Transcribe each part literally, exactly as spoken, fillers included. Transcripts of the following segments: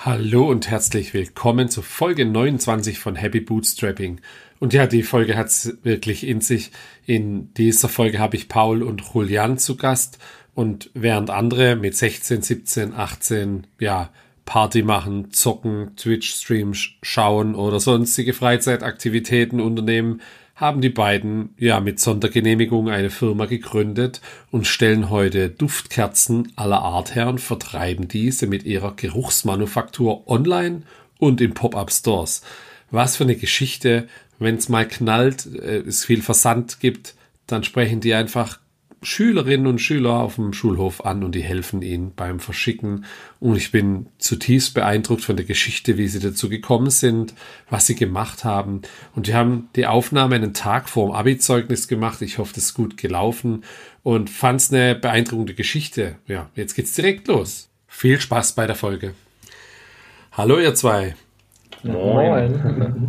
Hallo und herzlich willkommen zu Folge neunundzwanzig von Happy Bootstrapping. Und ja, die Folge hat's wirklich in sich. In dieser Folge habe ich Paul und Julian zu Gast. Und während andere mit sechzehn, siebzehn, achtzehn, ja, Party machen, zocken, Twitch-Streams schauen oder sonstige Freizeitaktivitäten unternehmen, haben die beiden ja mit Sondergenehmigung eine Firma gegründet und stellen heute Duftkerzen aller Art her und vertreiben diese mit ihrer Geruchsmanufaktur online und in Pop-up-Stores. Was für eine Geschichte, wenn es mal knallt, äh, es viel Versand gibt, dann sprechen die einfach Schülerinnen und Schüler auf dem Schulhof an und die helfen ihnen beim Verschicken. Und ich bin zutiefst beeindruckt von der Geschichte, wie sie dazu gekommen sind, was sie gemacht haben. Und wir haben die Aufnahme einen Tag vor dem Abi-Zeugnis gemacht. Ich hoffe, das ist gut gelaufen und fand es eine beeindruckende Geschichte. Ja, jetzt geht's direkt los. Viel Spaß bei der Folge. Hallo ihr zwei. Moin.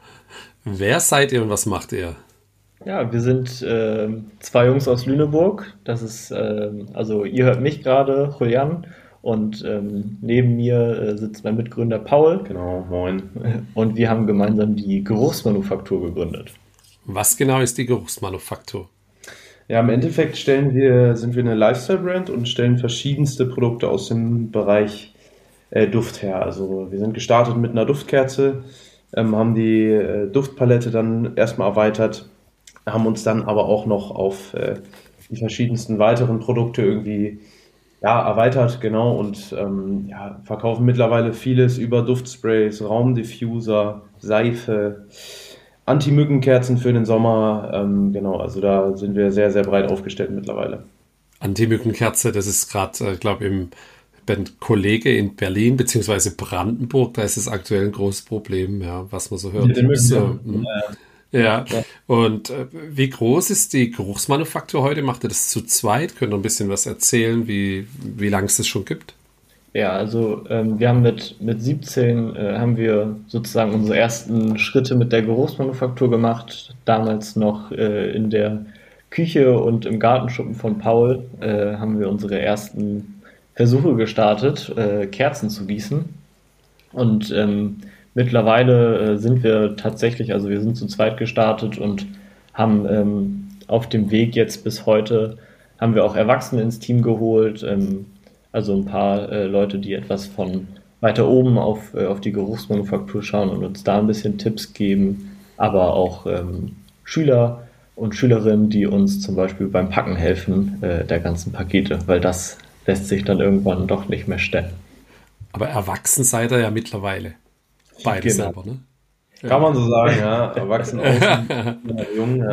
Wer seid ihr und was macht ihr? Ja, wir sind äh, zwei Jungs aus Lüneburg. Das ist, äh, also ihr hört mich gerade, Julian, und ähm, neben mir äh, sitzt mein Mitgründer Paul. Genau, moin. Und wir haben gemeinsam die Geruchsmanufaktur gegründet. Was genau ist die Geruchsmanufaktur? Ja, im Endeffekt stellen wir, sind wir eine Lifestyle-Brand und stellen verschiedenste Produkte aus dem Bereich äh, Duft her. Also wir sind gestartet mit einer Duftkerze, ähm, haben die äh, Duftpalette dann erstmal erweitert, haben uns dann aber auch noch auf äh, die verschiedensten weiteren Produkte irgendwie ja, erweitert, genau, und ähm, ja, verkaufen mittlerweile vieles über Duftsprays, Raumdiffuser, Seife, Anti-Mückenkerzen für den Sommer, ähm, genau, also da sind wir sehr, sehr breit aufgestellt mittlerweile. Anti-Mückenkerze, das ist gerade, äh, glaube ich, im bin Kollege in Berlin beziehungsweise Brandenburg, da ist es aktuell ein großes Problem, ja, was man so hört. Mit den Mücken, so, ja. Ja, ja. Und äh, wie groß ist die Geruchsmanufaktur heute? Macht ihr das zu zweit? Könnt ihr ein bisschen was erzählen, wie, wie lange es das schon gibt? Ja, also ähm, wir haben mit, mit siebzehn äh, haben wir sozusagen unsere ersten Schritte mit der Geruchsmanufaktur gemacht. Damals noch äh, in der Küche und im Gartenschuppen von Paul äh, haben wir unsere ersten Versuche gestartet, äh, Kerzen zu gießen. Und ähm, mittlerweile äh, sind wir tatsächlich, also wir sind zu zweit gestartet und haben ähm, auf dem Weg jetzt bis heute, haben wir auch Erwachsene ins Team geholt, ähm, also ein paar äh, Leute, die etwas von weiter oben auf, äh, auf die Geruchsmanufaktur schauen und uns da ein bisschen Tipps geben, aber auch ähm, Schüler und Schülerinnen, die uns zum Beispiel beim Packen helfen äh, der ganzen Pakete, weil das lässt sich dann irgendwann doch nicht mehr stellen. Aber erwachsen seid ihr ja mittlerweile. Beide Genau. selber, ne? Kann man so sagen, ja. Erwachsen außen, ja, jung, ja.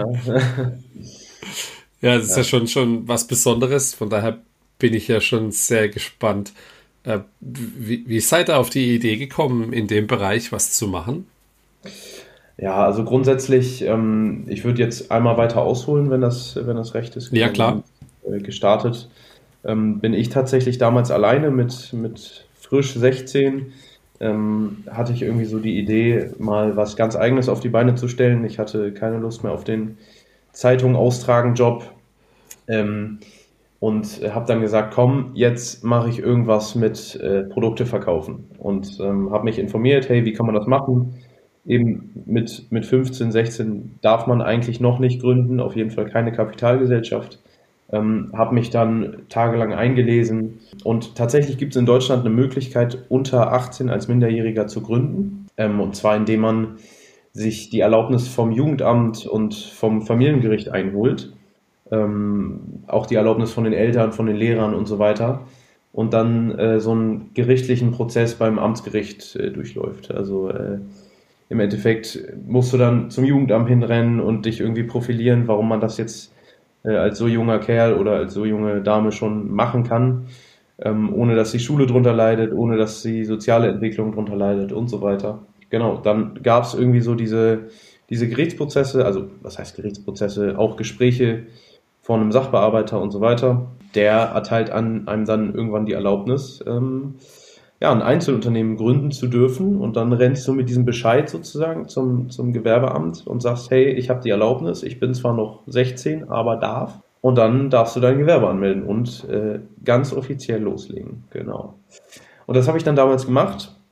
Ja, das ist ja, ja schon, schon was Besonderes. Von daher bin ich ja schon sehr gespannt. Äh, wie, wie seid ihr auf die Idee gekommen, in dem Bereich was zu machen? Ja, also grundsätzlich, ähm, ich würde jetzt einmal weiter ausholen, wenn das, wenn das recht ist. Ja, klar. Äh, gestartet ähm, bin ich tatsächlich damals alleine mit, mit frisch sechzehn. Ähm, hatte ich irgendwie so die Idee, mal was ganz Eigenes auf die Beine zu stellen. Ich hatte keine Lust mehr auf den Zeitung austragen Job ähm, und habe dann gesagt, komm, jetzt mache ich irgendwas mit äh, Produkte verkaufen und ähm, habe mich informiert, hey, wie kann man das machen? Eben mit, mit fünfzehn, sechzehn darf man eigentlich noch nicht gründen, auf jeden Fall keine Kapitalgesellschaft. Ähm, habe mich dann tagelang eingelesen und tatsächlich gibt es in Deutschland eine Möglichkeit, unter achtzehn als Minderjähriger zu gründen, ähm, und zwar indem man sich die Erlaubnis vom Jugendamt und vom Familiengericht einholt, ähm, auch die Erlaubnis von den Eltern, von den Lehrern und so weiter und dann äh, so einen gerichtlichen Prozess beim Amtsgericht äh, durchläuft. Also äh, im Endeffekt musst du dann zum Jugendamt hinrennen und dich irgendwie profilieren, warum man das jetzt als so junger Kerl oder als so junge Dame schon machen kann, ähm, ohne dass die Schule drunter leidet, ohne dass die soziale Entwicklung drunter leidet und so weiter. Genau, dann gab es irgendwie so diese, diese Gerichtsprozesse, also was heißt Gerichtsprozesse, auch Gespräche von einem Sachbearbeiter und so weiter. Der erteilt an einem dann irgendwann die Erlaubnis, ähm, ja, ein Einzelunternehmen gründen zu dürfen und dann rennst du mit diesem Bescheid sozusagen zum, zum Gewerbeamt und sagst, hey, ich habe die Erlaubnis, ich bin zwar noch sechzehn, aber darf. Und dann darfst du dein Gewerbe anmelden und äh, ganz offiziell loslegen, genau. Und das habe ich dann damals gemacht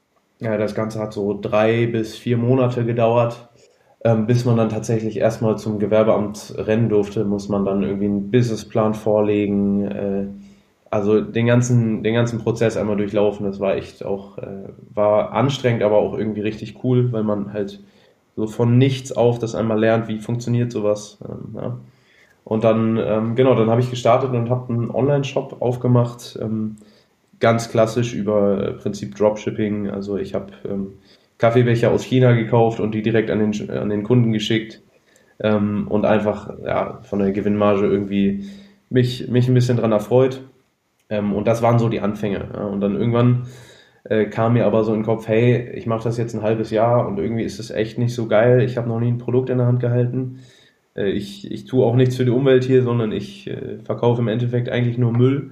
Ja, das Ganze hat so drei bis vier Monate gedauert, ähm, bis man dann tatsächlich erstmal zum Gewerbeamt rennen durfte, muss man dann irgendwie einen Businessplan vorlegen, äh, also den ganzen, den ganzen Prozess einmal durchlaufen. Das war echt auch, äh, war anstrengend, aber auch irgendwie richtig cool, weil man halt so von nichts auf das einmal lernt, wie funktioniert sowas. Ähm, ja. Und dann, ähm, genau, dann habe ich gestartet und habe einen Online-Shop aufgemacht, ähm, ganz klassisch über äh, Prinzip Dropshipping. Also ich habe ähm, Kaffeebecher aus China gekauft und die direkt an den, an den Kunden geschickt, ähm, und einfach ja, von der Gewinnmarge irgendwie mich, mich ein bisschen dran erfreut. Ähm, und das waren so die Anfänge. Ja. Und dann irgendwann äh, kam mir aber so in den Kopf, hey, ich mache das jetzt ein halbes Jahr und irgendwie ist es echt nicht so geil. Ich habe noch nie ein Produkt in der Hand gehalten. Äh, ich, ich tue auch nichts für die Umwelt hier, sondern ich äh, verkaufe im Endeffekt eigentlich nur Müll.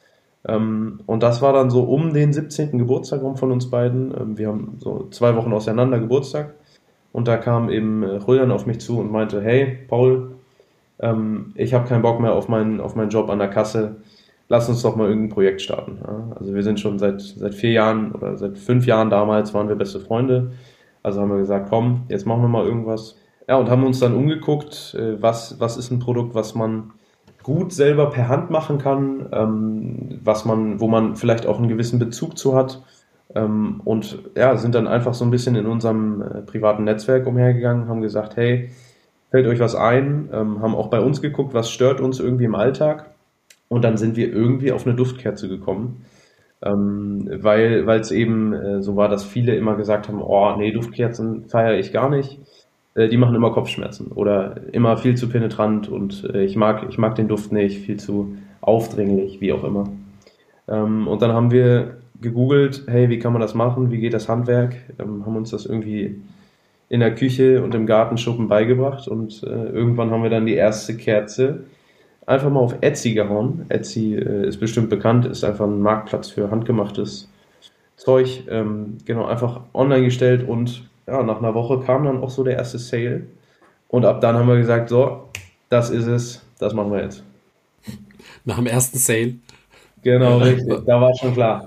Ähm, und das war dann so um den siebzehnten Geburtstag rum von uns beiden. Ähm, wir haben so zwei Wochen auseinander Geburtstag. Und da kam eben äh, Julian auf mich zu und meinte, hey, Paul, ähm, ich habe keinen Bock mehr auf meinen, auf meinen Job an der Kasse. Lass uns doch mal irgendein Projekt starten. Ja? Also wir sind schon seit, seit vier Jahren oder seit fünf Jahren damals waren wir beste Freunde. Also haben wir gesagt, komm, jetzt machen wir mal irgendwas. Ja, und haben uns dann umgeguckt, äh, was, was ist ein Produkt, was man gut selber per Hand machen kann, ähm, was man, wo man vielleicht auch einen gewissen Bezug zu hat. Ähm, und ja, sind dann einfach so ein bisschen in unserem äh, privaten Netzwerk umhergegangen, haben gesagt, hey, fällt euch was ein? Ähm, haben auch bei uns geguckt, was stört uns irgendwie im Alltag. Und dann sind wir irgendwie auf eine Duftkerze gekommen, ähm, weil weil es eben äh, so war, dass viele immer gesagt haben, oh nee, Duftkerzen feiere ich gar nicht. Äh, die machen immer Kopfschmerzen oder immer viel zu penetrant und äh, ich mag ich mag den Duft nicht, viel zu aufdringlich, wie auch immer. Ähm, und dann haben wir gegoogelt, hey, wie kann man das machen? Wie geht das Handwerk? Ähm, haben uns das irgendwie in der Küche und im Gartenschuppen beigebracht und äh, irgendwann haben wir dann die erste Kerze einfach mal auf Etsy gehauen. Etsy äh, ist bestimmt bekannt, ist einfach ein Marktplatz für handgemachtes Zeug. Ähm, genau, einfach online gestellt und ja, nach einer Woche kam dann auch so der erste Sale. Und ab dann haben wir gesagt, so, das ist es, das machen wir jetzt. Nach dem ersten Sale. Genau, richtig, da war schon klar.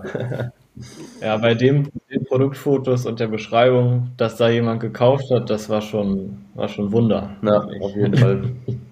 Ja, bei dem, den Produktfotos und der Beschreibung, dass da jemand gekauft hat, das war schon, war schon ein Wunder. Na, auf jeden Fall.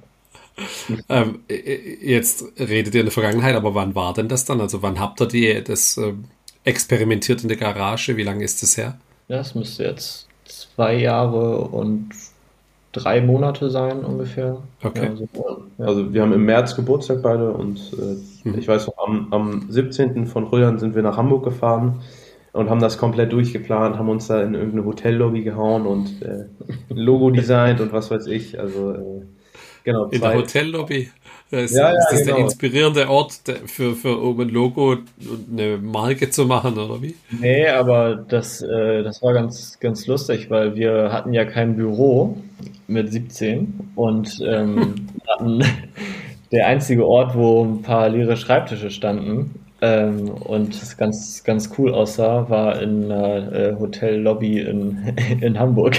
Ähm, jetzt redet ihr in der Vergangenheit, aber wann war denn das dann? Also wann habt ihr die, das äh, experimentiert in der Garage? Wie lange ist das her? Das müsste jetzt zwei Jahre und drei Monate sein ungefähr. Okay. Ja, so, ja. Also wir haben im März Geburtstag beide und äh, Mhm. ich weiß noch, am, am siebzehnten von Julian sind wir nach Hamburg gefahren und haben das komplett durchgeplant, haben uns da in irgendeine Hotellobby gehauen und äh, ein Logo designt und was weiß ich. Also äh, genau, In der zwei. Hotellobby. Ist, Ja, ja, ist das der genau. inspirierende Ort der- für, für um ein Logo und eine Marke zu machen, oder wie? Nee, aber das, äh, das war ganz, ganz lustig, weil wir hatten ja kein Büro mit siebzehn und ähm, hatten der einzige Ort, wo ein paar leere Schreibtische standen, ähm, und es ganz, ganz cool aussah, war in einer äh, Hotellobby in, in Hamburg.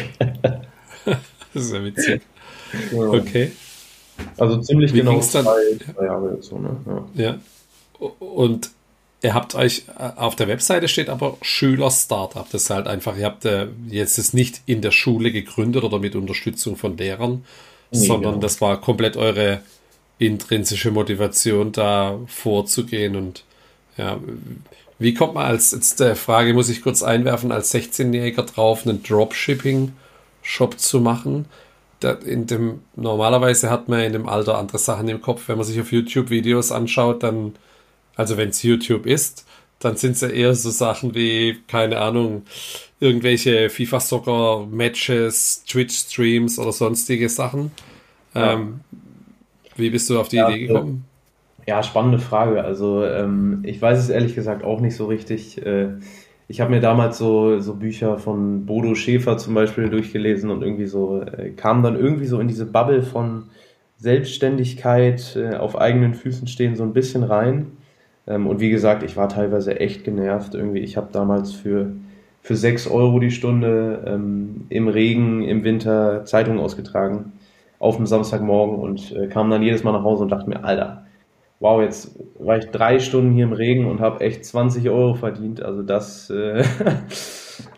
Das ist ja witzig. Ja. Okay. Also ziemlich Wie genau ging's dann? zwei, zwei Jahre jetzt so, ne? Ja. Ja. Und ihr habt euch, äh, auf der Webseite steht aber Schüler-Startup. Das ist halt einfach, ihr habt äh, jetzt es nicht in der Schule gegründet oder mit Unterstützung von Lehrern, Nee, sondern genau. das war komplett eure intrinsische Motivation, da vorzugehen. Und ja, wie kommt man als, jetzt der Frage muss ich kurz einwerfen, als sechzehnjähriger drauf, einen Dropshipping-Shop zu machen? Da, in dem, normalerweise hat man in dem Alter andere Sachen im Kopf. Wenn man sich auf YouTube Videos anschaut, dann, also wenn es YouTube ist, dann sind es ja eher so Sachen wie, keine Ahnung, irgendwelche FIFA-Soccer-Matches, Twitch-Streams oder sonstige Sachen. Ja. Ähm, wie bist du auf die Ja, Idee gekommen? Ja, spannende Frage. Also ähm, ich weiß es ehrlich gesagt auch nicht so richtig. Äh, ich habe mir damals so, so Bücher von Bodo Schäfer zum Beispiel durchgelesen und irgendwie so äh, kam dann irgendwie so in diese Bubble von Selbstständigkeit, äh, auf eigenen Füßen stehen so ein bisschen rein. Ähm, und wie gesagt, ich war teilweise echt genervt. Irgendwie, ich habe damals für, für sechs Euro die Stunde ähm, im Regen, im Winter Zeitung ausgetragen auf dem Samstagmorgen und äh, kam dann jedes Mal nach Hause und dachte mir, Alter, wow, jetzt war ich drei Stunden hier im Regen und habe echt zwanzig Euro verdient. Also das, äh,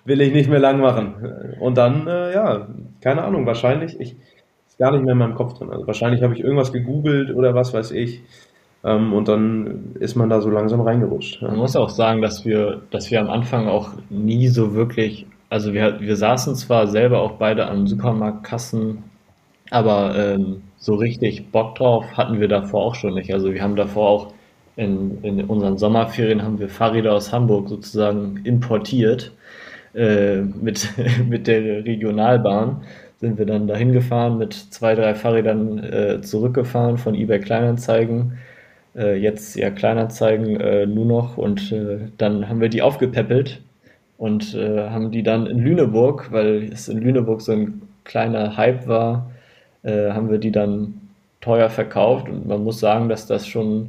will ich nicht mehr lang machen. Und dann, äh, ja, keine Ahnung, wahrscheinlich, ich ist gar nicht mehr in meinem Kopf drin. Also wahrscheinlich habe ich irgendwas gegoogelt oder was weiß ich. Ähm, und dann ist man da so langsam reingerutscht. Ja. Man muss auch sagen, dass wir, dass wir am Anfang auch nie so wirklich, also wir, wir saßen zwar selber auch beide an Supermarktkassen, aber ähm, so richtig Bock drauf hatten wir davor auch schon nicht. Also wir haben davor auch in, in unseren Sommerferien haben wir Fahrräder aus Hamburg sozusagen importiert. Äh, mit, mit der Regionalbahn sind wir dann dahin gefahren, mit zwei, drei Fahrrädern äh, zurückgefahren von eBay Kleinanzeigen. Äh, jetzt ja Kleinanzeigen äh, nur noch und äh, dann haben wir die aufgepäppelt und äh, haben die dann in Lüneburg, weil es in Lüneburg so ein kleiner Hype war, äh, haben wir die dann teuer verkauft und man muss sagen, dass das schon,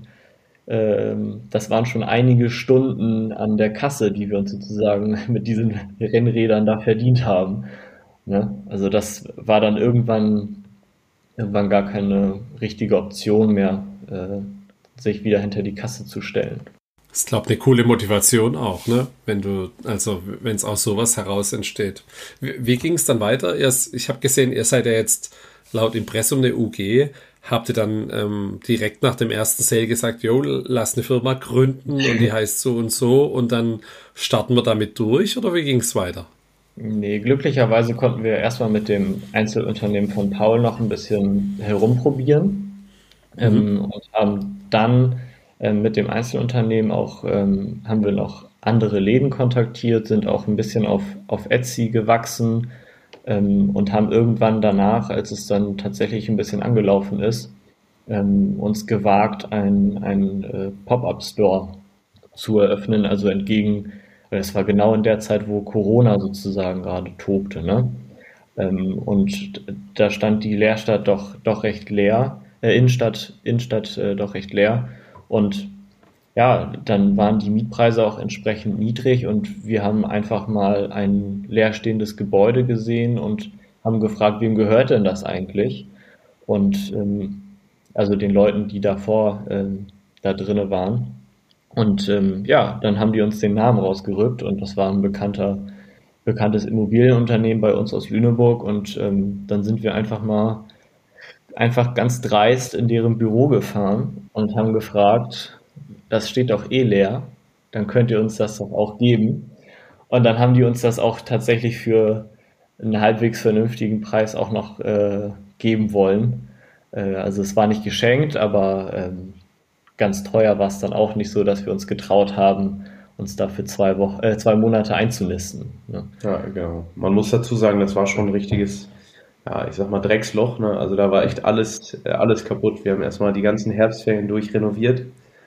ähm, das waren schon einige Stunden an der Kasse, die wir uns sozusagen mit diesen Rennrädern da verdient haben. Ne? Also das war dann irgendwann, irgendwann gar keine richtige Option mehr, äh, sich wieder hinter die Kasse zu stellen. Das ist, glaube ich, eine coole Motivation auch, ne? Wenn du, also wenn es aus sowas heraus entsteht. Wie, wie ging es dann weiter? Erst, ich habe gesehen, ihr seid ja jetzt laut Impressum eine U G. Habt ihr dann ähm, direkt nach dem ersten Sale gesagt, jo, lass eine Firma gründen und die heißt so und so und dann starten wir damit durch oder wie ging es weiter? Nee, glücklicherweise konnten wir erstmal mit dem Einzelunternehmen von Paul noch ein bisschen herumprobieren mhm. ähm, und haben dann ähm, mit dem Einzelunternehmen auch, ähm, haben wir noch andere Läden kontaktiert, sind auch ein bisschen auf, auf Etsy gewachsen ähm, und haben irgendwann danach, als es dann tatsächlich ein bisschen angelaufen ist, ähm, uns gewagt, ein, ein äh, Pop-up-Store zu eröffnen, also entgegen. Es war genau in der Zeit, wo Corona sozusagen gerade tobte, ne? Ähm, und da stand die Leerstadt doch, doch recht leer, äh, Innenstadt, Innenstadt äh, doch recht leer. Und ja, dann waren die Mietpreise auch entsprechend niedrig und wir haben einfach mal ein leerstehendes Gebäude gesehen und haben gefragt, wem gehört denn das eigentlich? Und ähm, also den Leuten, die davor ähm, da drinnen waren. Und ähm, ja, dann haben die uns den Namen rausgerückt und das war ein bekannter, bekanntes Immobilienunternehmen bei uns aus Lüneburg und ähm, dann sind wir einfach mal einfach ganz dreist in deren Büro gefahren und haben gefragt, das steht doch eh leer, dann könnt ihr uns das doch auch geben. Und dann haben die uns das auch tatsächlich für einen halbwegs vernünftigen Preis auch noch äh, geben wollen. Äh, also es war nicht geschenkt, aber ähm, ganz teuer war es dann auch nicht so, dass wir uns getraut haben, uns dafür zwei Wochen, äh, zwei Monate einzunisten. Ne? Ja, genau. Man muss dazu sagen, das war schon ein richtiges, ja, ich sag mal Drecksloch. Ne? Also da war echt alles, äh, alles kaputt. Wir haben erstmal die ganzen Herbstferien durchrenoviert.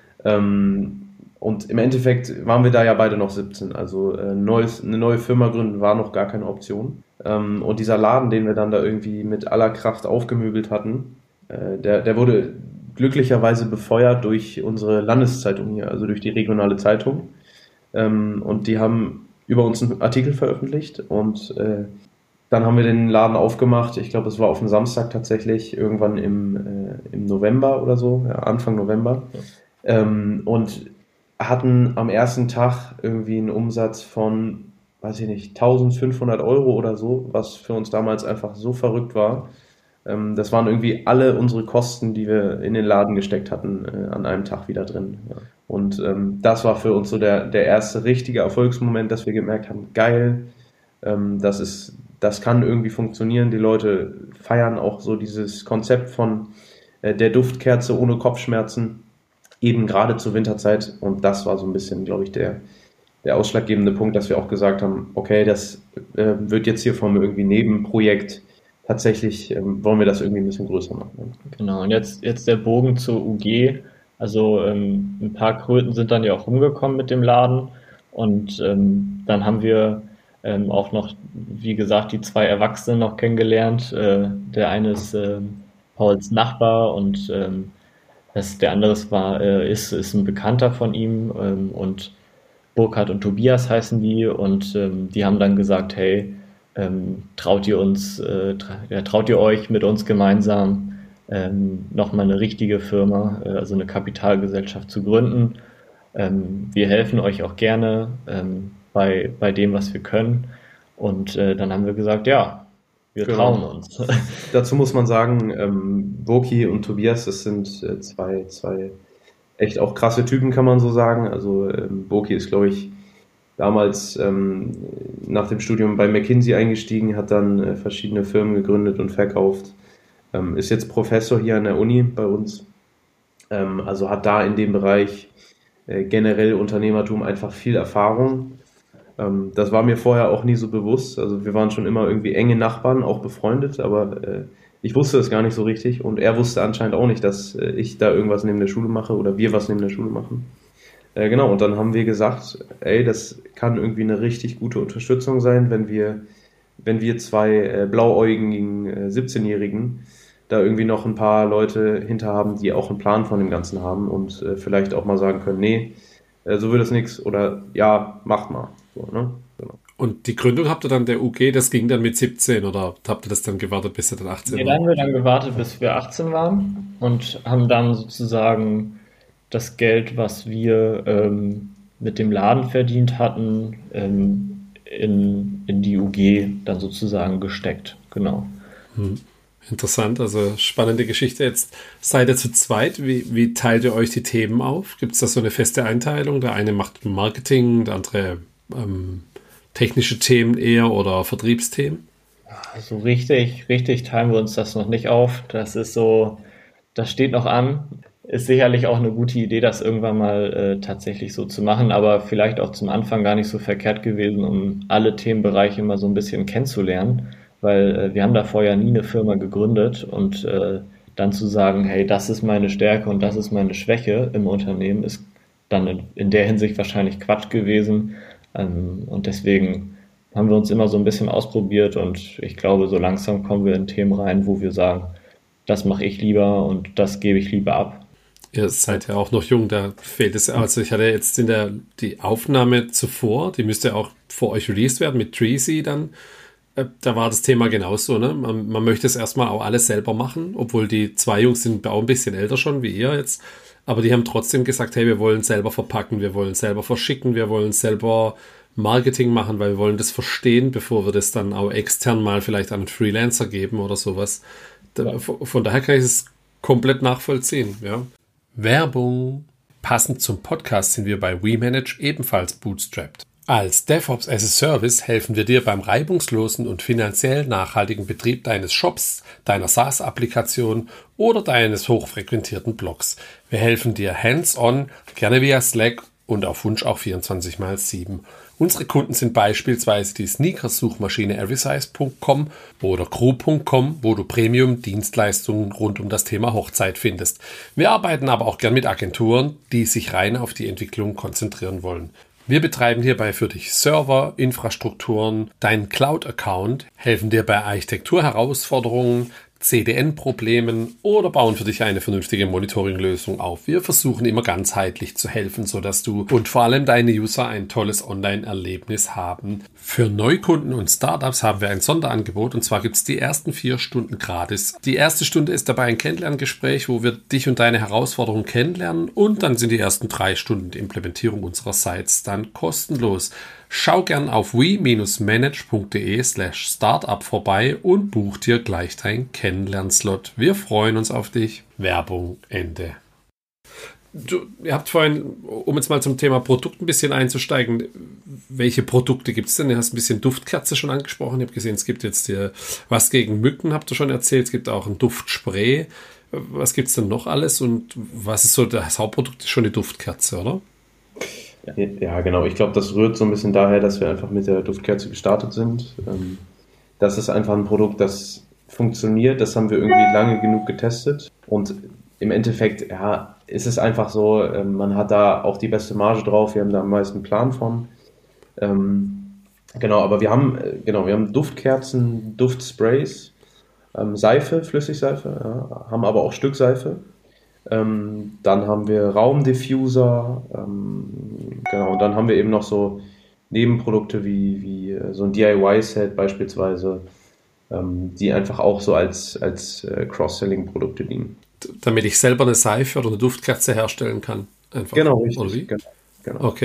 Ähm, und im Endeffekt waren wir da ja beide noch siebzehn. Also äh, neues, eine neue Firma gründen war noch gar keine Option. Ähm, und dieser Laden, den wir dann da irgendwie mit aller Kraft aufgemöbelt hatten, äh, der, der wurde glücklicherweise befeuert durch unsere Landeszeitung hier, also durch die regionale Zeitung. Ähm, und die haben über uns einen Artikel veröffentlicht und äh, dann haben wir den Laden aufgemacht. Ich glaube, es war auf dem Samstag tatsächlich, irgendwann im, äh, im November oder so, ja, Anfang November. Ja. Ähm, und hatten am ersten Tag irgendwie einen Umsatz von, weiß ich nicht, eintausendfünfhundert Euro oder so, was für uns damals einfach so verrückt war. Das waren irgendwie alle unsere Kosten, die wir in den Laden gesteckt hatten, äh, an einem Tag wieder drin. Ja. Und ähm, das war für uns so der, der erste richtige Erfolgsmoment, dass wir gemerkt haben, geil, ähm, das ist, das kann irgendwie funktionieren. Die Leute feiern auch so dieses Konzept von äh, der Duftkerze ohne Kopfschmerzen, eben gerade zur Winterzeit. Und das war so ein bisschen, glaube ich, der, der ausschlaggebende Punkt, dass wir auch gesagt haben, okay, das äh, wird jetzt hier vom irgendwie Nebenprojekt. Tatsächlich ähm, wollen wir das irgendwie ein bisschen größer machen. Genau, und jetzt, jetzt der Bogen zur U G. Also ähm, ein paar Kröten sind dann ja auch rumgekommen mit dem Laden und ähm, dann haben wir ähm, auch noch, wie gesagt, die zwei Erwachsenen noch kennengelernt. Äh, der eine ist äh, Pauls Nachbar und ähm, das, der andere war, äh, ist, ist ein Bekannter von ihm ähm, und Burkhard und Tobias heißen die und ähm, die haben dann gesagt, hey, Ähm, traut ihr uns, äh, tra- ja, traut ihr euch mit uns gemeinsam ähm, nochmal eine richtige Firma, äh, also eine Kapitalgesellschaft zu gründen. Ähm, wir helfen euch auch gerne. Ähm, bei, bei dem, was wir können. Und äh, dann haben wir gesagt, ja, wir Genau. trauen uns. Dazu muss man sagen, ähm, Boki und Tobias, das sind äh, zwei, zwei echt auch krasse Typen, kann man so sagen. Also ähm, Boki ist, glaube ich, damals ähm, nach dem Studium bei McKinsey eingestiegen, hat dann äh, verschiedene Firmen gegründet und verkauft. Ähm, ist jetzt Professor hier an der Uni bei uns. Ähm, also hat da in dem Bereich äh, generell Unternehmertum einfach viel Erfahrung. Ähm, das war mir vorher auch nie so bewusst. Also wir waren schon immer irgendwie enge Nachbarn, auch befreundet, aber äh, ich wusste das gar nicht so richtig und er wusste anscheinend auch nicht, dass äh, ich da irgendwas neben der Schule mache oder wir was neben der Schule machen. Äh, genau, und dann haben wir gesagt, ey, das kann irgendwie eine richtig gute Unterstützung sein, wenn wir, wenn wir zwei äh, blauäugigen äh, siebzehnjährigen da irgendwie noch ein paar Leute hinter haben, die auch einen Plan von dem Ganzen haben und äh, vielleicht auch mal sagen können, nee, äh, so wird das nichts oder ja, macht mal. So, ne? Genau. Und die Gründung habt ihr dann der U G, das ging dann mit siebzehn oder habt ihr das dann gewartet, bis ihr dann achtzehn Nee, war? da haben wir dann gewartet, bis wir achtzehn waren und haben dann sozusagen das Geld, was wir ähm, mit dem Laden verdient hatten, ähm, in, in die U G dann sozusagen gesteckt. Genau. Hm. Interessant, also spannende Geschichte. Jetzt seid ihr zu zweit. Wie, wie teilt ihr euch die Themen auf? Gibt es da so eine feste Einteilung? Der eine macht Marketing, der andere ähm, technische Themen eher oder Vertriebsthemen? So richtig, richtig teilen wir uns das noch nicht auf. Das ist so, das steht noch an. Ist sicherlich auch eine gute Idee, das irgendwann mal äh, tatsächlich so zu machen, aber vielleicht auch zum Anfang gar nicht so verkehrt gewesen, um alle Themenbereiche mal so ein bisschen kennenzulernen, weil äh, wir haben davor ja nie eine Firma gegründet und äh, dann zu sagen, hey, das ist meine Stärke und das ist meine Schwäche im Unternehmen, ist dann in, in der Hinsicht wahrscheinlich Quatsch gewesen. Ähm, und deswegen haben wir uns immer so ein bisschen ausprobiert und ich glaube, so langsam kommen wir in Themen rein, wo wir sagen, das mache ich lieber und das gebe ich lieber ab. Ihr seid ja auch noch jung, da fehlt es. Also ich hatte jetzt in der die Aufnahme zuvor, die müsste auch vor euch released werden mit Treasy dann. Äh, Da war das Thema genauso, ne? Man, man möchte es erstmal auch alles selber machen, obwohl die zwei Jungs sind auch ein bisschen älter schon, wie ihr jetzt. Aber die haben trotzdem gesagt, hey, wir wollen selber verpacken, wir wollen selber verschicken, wir wollen selber Marketing machen, weil wir wollen das verstehen, bevor wir das dann auch extern mal vielleicht an einen Freelancer geben oder sowas. Da, von daher kann ich es komplett nachvollziehen, ja. Werbung. Passend zum Podcast sind wir bei WeManage ebenfalls bootstrapped. Als DevOps as a Service helfen wir dir beim reibungslosen und finanziell nachhaltigen Betrieb deines Shops, deiner SaaS-Applikation oder deines hochfrequentierten Blogs. Wir helfen dir hands-on, gerne via Slack und auf Wunsch auch vierundzwanzig mal sieben. Unsere Kunden sind beispielsweise die Sneakers-Suchmaschine everysize punkt com oder crew punkt com, wo du Premium-Dienstleistungen rund um das Thema Hochzeit findest. Wir arbeiten aber auch gern mit Agenturen, die sich rein auf die Entwicklung konzentrieren wollen. Wir betreiben hierbei für dich Server, Infrastrukturen, deinen Cloud-Account, helfen dir bei Architekturherausforderungen, C D N-Problemen oder bauen für dich eine vernünftige Monitoring-Lösung auf. Wir versuchen immer ganzheitlich zu helfen, sodass du und vor allem deine User ein tolles Online-Erlebnis haben. Für Neukunden und Startups haben wir ein Sonderangebot und zwar gibt es die ersten vier Stunden gratis. Die erste Stunde ist dabei ein Kennenlerngespräch, wo wir dich und deine Herausforderungen kennenlernen und dann sind die ersten drei Stunden die Implementierung unserer Sites dann kostenlos. Schau gern auf we-manage.de slash startup vorbei und buch dir gleich deinen Kennenlernslot. Wir freuen uns auf dich. Werbung Ende. Du, ihr habt vorhin, um jetzt mal zum Thema Produkt ein bisschen einzusteigen, welche Produkte gibt es denn? Du hast ein bisschen Duftkerze schon angesprochen. Ich habe gesehen, es gibt jetzt hier was gegen Mücken, habt ihr schon erzählt. Es gibt auch ein Duftspray. Was gibt es denn noch alles? Und was ist so das Hauptprodukt? Ist schon die Duftkerze, oder? Ja, genau. Ich glaube, das rührt so ein bisschen daher, dass wir einfach mit der Duftkerze gestartet sind. Das ist einfach ein Produkt, das funktioniert. Das haben wir irgendwie lange genug getestet. Und im Endeffekt, ja, ist es einfach so, man hat da auch die beste Marge drauf. Wir haben da am meisten Plan von. Genau, aber wir haben, genau, wir haben Duftkerzen, Duftsprays, Seife, Flüssigseife, ja, haben aber auch Stückseife. Ähm, dann haben wir Raumdiffuser, ähm, genau, und dann haben wir eben noch so Nebenprodukte wie, wie äh, so ein D I Y-Set beispielsweise, ähm, die einfach auch so als, als äh, Cross-Selling-Produkte dienen. Damit ich selber eine Seife oder eine Duftkerze herstellen kann. Einfach. Genau, richtig. Oder wie? Genau, genau. Okay.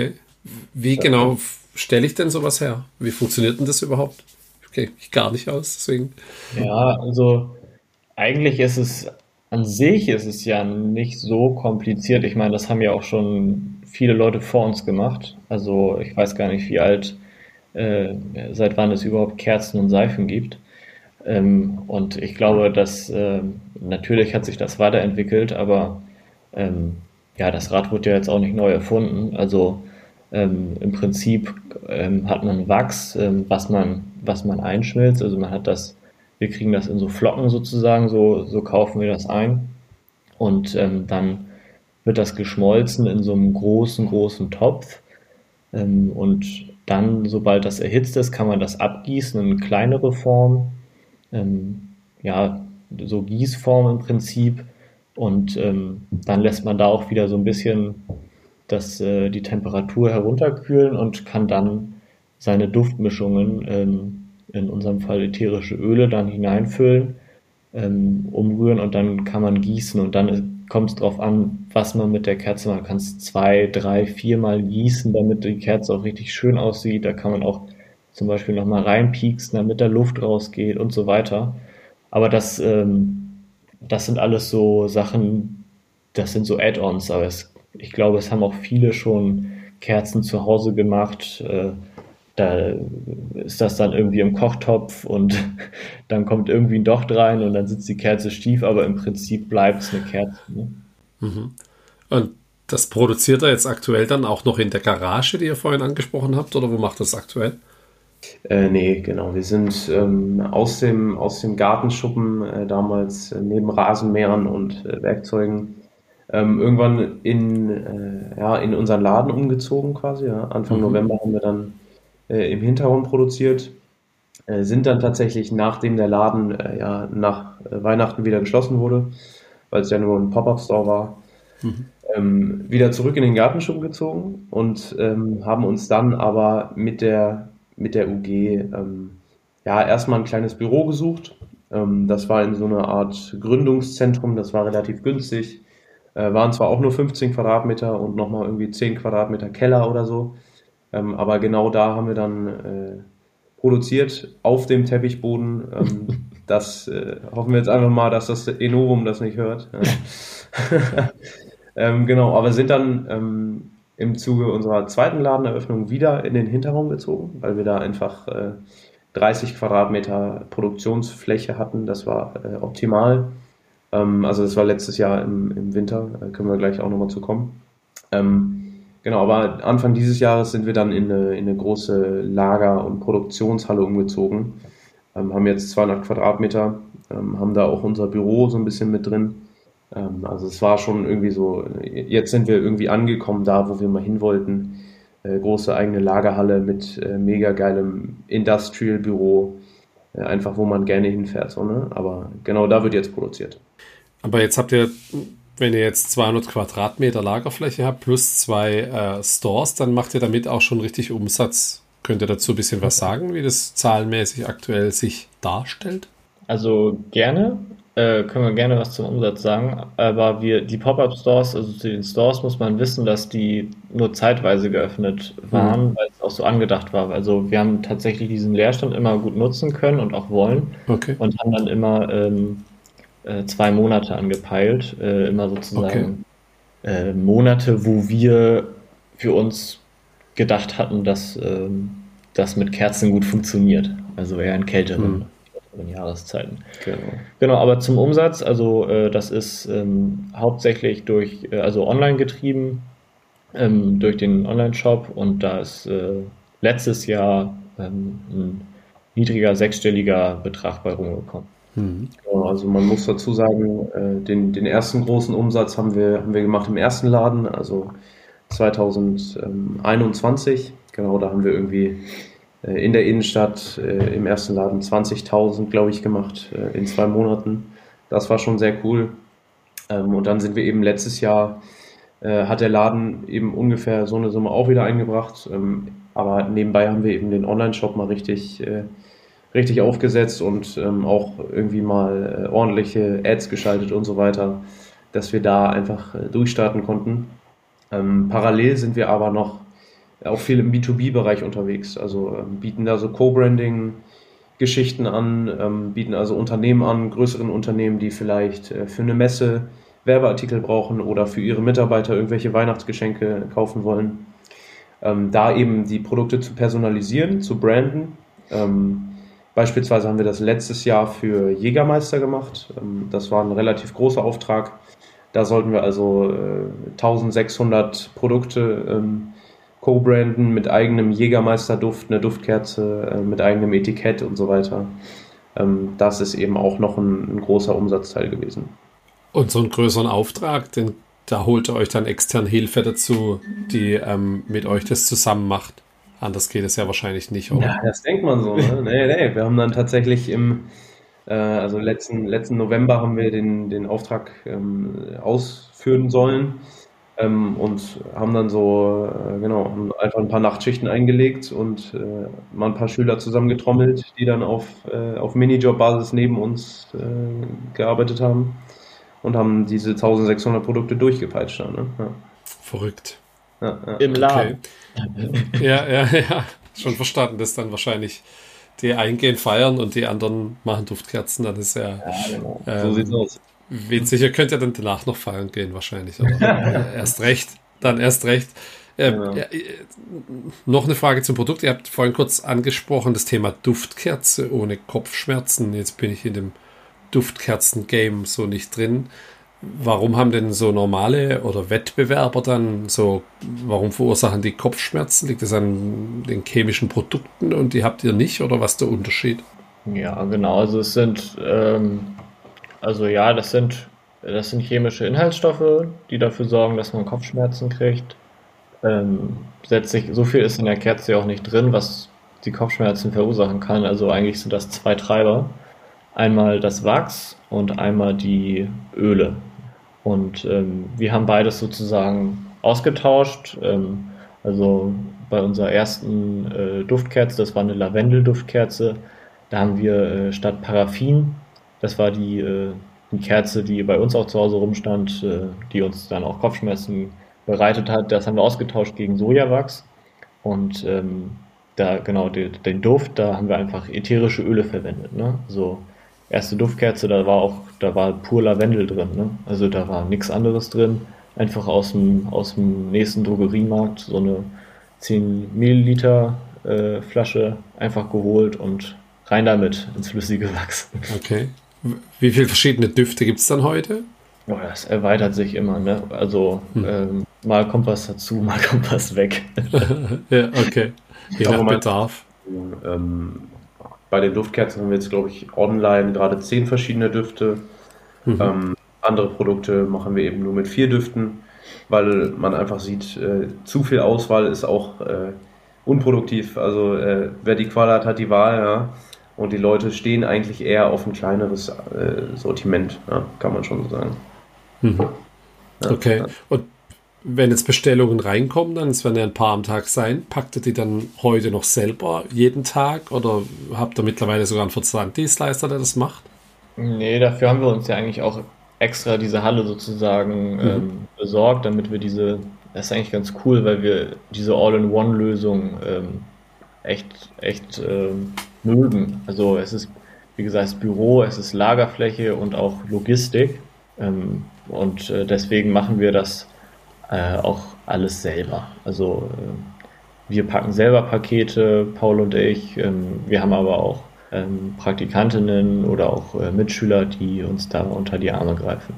Wie genau stelle ich denn sowas her? Wie funktioniert denn das überhaupt? Ich kenne mich gar nicht aus, deswegen. Ja, also eigentlich ist es an sich ist es ja nicht so kompliziert. Ich meine, das haben ja auch schon viele Leute vor uns gemacht. Also ich weiß gar nicht, wie alt, äh, seit wann es überhaupt Kerzen und Seifen gibt. Ähm, und ich glaube, dass ähm, natürlich hat sich das weiterentwickelt, aber ähm, ja, das Rad wurde ja jetzt auch nicht neu erfunden. Also ähm, im Prinzip ähm, hat man Wachs, ähm, was man, was man einschmilzt. Also man hat das, wir kriegen das in so Flocken sozusagen, so, so kaufen wir das ein. Und ähm, dann wird das geschmolzen in so einem großen, großen Topf. Ähm, und dann, sobald das erhitzt ist, kann man das abgießen in kleinere Form, ähm, ja, so Gießform im Prinzip. Und ähm, dann lässt man da auch wieder so ein bisschen das, äh, die Temperatur herunterkühlen und kann dann seine Duftmischungen, ähm, in unserem Fall ätherische Öle, dann hineinfüllen, ähm, umrühren und dann kann man gießen und dann kommt es drauf an, was man mit der Kerze macht. Man kann es zwei, drei, viermal gießen, damit die Kerze auch richtig schön aussieht. Da kann man auch zum Beispiel nochmal reinpieksen, damit da Luft rausgeht und so weiter. Aber das, ähm, das sind alles so Sachen, das sind so Add-ons, aber es, ich glaube, es haben auch viele schon Kerzen zu Hause gemacht. Äh, da ist das dann irgendwie im Kochtopf und dann kommt irgendwie ein Docht rein und dann sitzt die Kerze schief, aber im Prinzip bleibt es eine Kerze. Ne? Und das produziert er jetzt aktuell dann auch noch in der Garage, die ihr vorhin angesprochen habt, oder wo macht das aktuell? Äh, nee, genau. Wir sind ähm, aus dem, aus dem Gartenschuppen äh, damals äh, neben Rasenmähern und äh, Werkzeugen ähm, irgendwann in, äh, ja, in unseren Laden umgezogen quasi. Ja. Anfang Mhm. November haben wir dann äh, im Hinterraum produziert, äh, sind dann tatsächlich, nachdem der Laden äh, ja nach äh, Weihnachten wieder geschlossen wurde, weil es ja nur ein Pop-up-Store war, ähm, wieder zurück in den Gartenschuppen gezogen und ähm, haben uns dann aber mit der, mit der U G ähm, ja erstmal ein kleines Büro gesucht. Ähm, das war in so einer Art Gründungszentrum, das war relativ günstig. Äh, waren zwar auch nur fünfzehn Quadratmeter und nochmal irgendwie zehn Quadratmeter Keller oder so, ähm, aber genau da haben wir dann äh, produziert auf dem Teppichboden. Ähm, das äh, hoffen wir jetzt einfach mal, dass das Enovum das nicht hört. Ähm, genau, aber sind dann ähm, im Zuge unserer zweiten Ladeneröffnung wieder in den Hinterraum gezogen, weil wir da einfach äh, dreißig Quadratmeter Produktionsfläche hatten. Das war äh, optimal. Ähm, also das war letztes Jahr im, im Winter, äh, können wir gleich auch nochmal zu kommen. Ähm, genau, aber Anfang dieses Jahres sind wir dann in eine, in eine große Lager- und Produktionshalle umgezogen. Ähm, haben jetzt zweihundert Quadratmeter, ähm, haben da auch unser Büro so ein bisschen mit drin. Ähm, also es war schon irgendwie so, jetzt sind wir irgendwie angekommen da, wo wir mal hin wollten. Äh, große eigene Lagerhalle mit äh, mega geilem Industrial-Büro, äh, einfach wo man gerne hinfährt. So, ne? Aber genau da wird jetzt produziert. Aber jetzt habt ihr, wenn ihr jetzt zweihundert Quadratmeter Lagerfläche habt plus zwei äh, Stores, dann macht ihr damit auch schon richtig Umsatz. Könnt ihr dazu ein bisschen was sagen, wie das zahlenmäßig aktuell sich darstellt? Also gerne, äh, können wir gerne was zum Umsatz sagen, aber wir, die Pop-up-Stores, also zu den Stores muss man wissen, dass die nur zeitweise geöffnet waren, weil es auch so angedacht war. Also wir haben tatsächlich diesen Leerstand immer gut nutzen können und auch wollen Okay. und haben dann immer ähm, äh, zwei Monate angepeilt, äh, immer sozusagen äh, Monate, wo wir für uns gedacht hatten, dass ähm, das mit Kerzen gut funktioniert. Also eher in kälteren, kälteren Jahreszeiten. Genau. Genau, aber zum Umsatz, also äh, das ist ähm, hauptsächlich durch, äh, also online getrieben, ähm, durch den Online-Shop und da ist äh, letztes Jahr ähm, ein niedriger sechsstelliger Betrag bei rumgekommen. Genau, also man muss dazu sagen, äh, den, den ersten großen Umsatz haben wir, haben wir gemacht im ersten Laden, also zwanzig einundzwanzig. Genau, da haben wir irgendwie äh, in der Innenstadt äh, im ersten Laden zwanzigtausend, glaube ich, gemacht äh, in zwei Monaten. Das war schon sehr cool. Ähm, und dann sind wir eben letztes Jahr, äh, hat der Laden eben ungefähr so eine Summe auch wieder eingebracht. Ähm, aber nebenbei haben wir eben den Online-Shop mal richtig, äh, richtig aufgesetzt und ähm, auch irgendwie mal äh, ordentliche Ads geschaltet und so weiter, dass wir da einfach äh, durchstarten konnten. Ähm, parallel sind wir aber noch auch viel im B zwei B-Bereich unterwegs. Also ähm, bieten da so Co-Branding-Geschichten an, ähm, bieten also Unternehmen an, größeren Unternehmen, die vielleicht äh, für eine Messe Werbeartikel brauchen oder für ihre Mitarbeiter irgendwelche Weihnachtsgeschenke kaufen wollen. Ähm, da eben die Produkte zu personalisieren, zu branden. Ähm, beispielsweise haben wir das letztes Jahr für Jägermeister gemacht. Ähm, das war ein relativ großer Auftrag. Da sollten wir also äh, eintausendsechshundert Produkte ähm, co-branden mit eigenem Jägermeister-Duft, eine Duftkerze, äh, mit eigenem Etikett und so weiter. Ähm, das ist eben auch noch ein, ein großer Umsatzteil gewesen. Und so einen größeren Auftrag, den, da holt ihr euch dann extern Hilfe dazu, die ähm, mit euch das zusammen macht. Anders geht es ja wahrscheinlich nicht, oder? Ja, das denkt man so. Ne? Nee, nee. Wir haben dann tatsächlich im, äh, also letzten, letzten November haben wir den, den Auftrag ähm, ausführen sollen ähm, und haben dann so, äh, genau, haben einfach ein paar Nachtschichten eingelegt und äh, mal ein paar Schüler zusammengetrommelt, die dann auf, äh, auf Minijob-Basis neben uns äh, gearbeitet haben und haben diese eintausendsechshundert Produkte durchgepeitscht. Ne? Ja. Verrückt. Ja, ja. Im Laden. Okay. Ja, ja, ja. Schon verstanden, dass dann wahrscheinlich die einen gehen feiern und die anderen machen Duftkerzen. Dann ist ja, Ja, genau. ähm, So sieht's aus. witzig. Ihr könnt ja dann danach noch feiern gehen wahrscheinlich. Oder? äh, erst recht. Dann erst recht. Ähm, Genau. ja, äh, noch eine Frage zum Produkt. Ihr habt vorhin kurz angesprochen, das Thema Duftkerze ohne Kopfschmerzen. Jetzt bin ich in dem Duftkerzen-Game so nicht drin. Warum haben denn so normale oder Wettbewerber dann so, warum verursachen die Kopfschmerzen? Liegt das an den chemischen Produkten und die habt ihr nicht oder was ist der Unterschied? Ja, genau. Also es sind, ähm, also ja, das sind, das sind chemische Inhaltsstoffe, die dafür sorgen, dass man Kopfschmerzen kriegt. Ähm, letztlich, so viel ist in der Kerze ja auch nicht drin, was die Kopfschmerzen verursachen kann. Also eigentlich sind das zwei Treiber. Einmal das Wachs und einmal die Öle. Und ähm, wir haben beides sozusagen ausgetauscht. Ähm, also bei unserer ersten äh, Duftkerze, das war eine Lavendel-Duftkerze, da haben wir äh, statt Paraffin, das war die, äh, die Kerze, die bei uns auch zu Hause rumstand, äh, die uns dann auch Kopfschmerzen bereitet hat, das haben wir ausgetauscht gegen Sojawachs. Und ähm, da, genau, den, den Duft, da haben wir einfach ätherische Öle verwendet. Ne? So, erste Duftkerze, da war auch, da war pur Lavendel drin, ne? Also da war nichts anderes drin. Einfach aus dem, aus dem nächsten Drogeriemarkt so eine zehn Milliliter äh, Flasche einfach geholt und rein damit ins flüssige Wachs. Okay. Wie viele verschiedene Düfte gibt es dann heute? Oh, das erweitert sich immer, ne? Also Hm. ähm, mal kommt was dazu, mal kommt was weg. Ja, okay. Je Aber nach man- Bedarf. Ähm, bei den Duftkerzen haben wir jetzt, glaube ich, online gerade zehn verschiedene Düfte. Mhm. Ähm, andere Produkte machen wir eben nur mit vier Düften, weil man einfach sieht, äh, zu viel Auswahl ist auch äh, unproduktiv. Also äh, wer die Qual hat, hat die Wahl, ja. Und die Leute stehen eigentlich eher auf ein kleineres äh, Sortiment, ja, kann man schon so sagen. Mhm. Ja, Okay. ja. Und wenn jetzt Bestellungen reinkommen, dann, es werden ja ein paar am Tag sein, packt ihr die dann heute noch selber jeden Tag oder habt ihr mittlerweile sogar einen Versanddienstleister, der das macht? Nee, dafür haben wir uns ja eigentlich auch extra diese Halle sozusagen ähm, besorgt, damit wir diese, das ist eigentlich ganz cool, weil wir diese All-in-One-Lösung ähm, echt, echt ähm, mögen. Also es ist, wie gesagt, das Büro, es ist Lagerfläche und auch Logistik. Ähm, und äh, deswegen machen wir das äh, auch alles selber. Also äh, wir packen selber Pakete, Paul und ich. Ähm, wir haben aber auch ähm, Praktikantinnen oder auch äh, Mitschüler, die uns da unter die Arme greifen.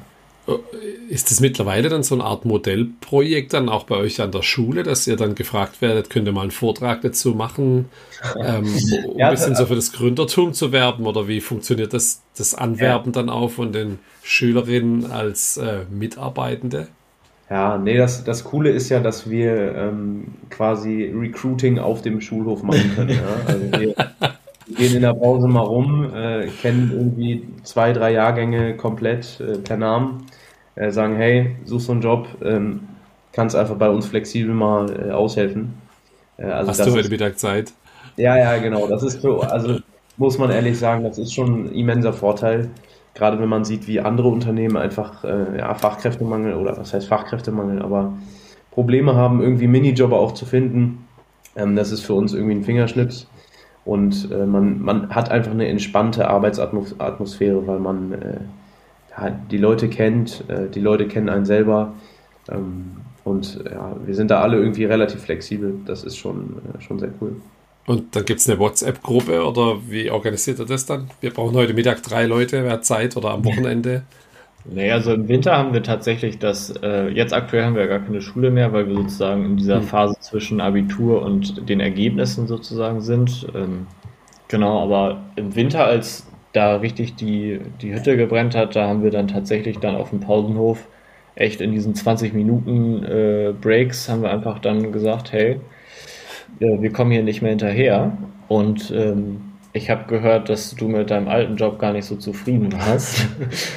Ist das mittlerweile dann so eine Art Modellprojekt dann auch bei euch an der Schule, dass ihr dann gefragt werdet, könnt ihr mal einen Vortrag dazu machen, ähm, um Ja, ein bisschen so für das Gründertum zu werben oder wie funktioniert das, das Anwerben dann auch von den Schülerinnen als äh, Mitarbeitende? Ja, nee, das, das Coole ist ja, dass wir ähm, quasi Recruiting auf dem Schulhof machen können. Ja? Also wir gehen in der Pause mal rum, äh, kennen irgendwie zwei, drei Jahrgänge komplett äh, per Namen, äh, sagen, hey, suchst du einen Job, ähm, kannst einfach bei uns flexibel mal äh, aushelfen. Äh, also Hast das du heute ist, Mittag Zeit? ja, ja, genau, das ist so, also muss man ehrlich sagen, das ist schon ein immenser Vorteil. Gerade wenn man sieht, wie andere Unternehmen einfach äh, ja, Fachkräftemangel oder was heißt Fachkräftemangel, aber Probleme haben, irgendwie Minijobber auch zu finden. Ähm, das ist für uns irgendwie ein Fingerschnips und äh, man, man hat einfach eine entspannte Arbeitsatmosphäre, weil man äh, ja, die Leute kennt, äh, die Leute kennen einen selber ähm, und ja, wir sind da alle irgendwie relativ flexibel. Das ist schon, äh, schon sehr cool. Und dann gibt es eine WhatsApp-Gruppe oder wie organisiert ihr das dann? Wir brauchen heute Mittag drei Leute, wer hat Zeit oder am Wochenende? Nee, also im Winter haben wir tatsächlich das, äh, jetzt aktuell haben wir gar keine Schule mehr, weil wir sozusagen in dieser Hm. Phase zwischen Abitur und den Ergebnissen sozusagen sind. Ähm, genau, aber im Winter, als da richtig die, die Hütte gebrannt hat, da haben wir dann tatsächlich dann auf dem Pausenhof echt in diesen zwanzig Minuten äh, Breaks haben wir einfach dann gesagt, hey, äh, wir kommen hier nicht mehr hinterher. Und ähm, ich habe gehört, dass du mit deinem alten Job gar nicht so zufrieden warst.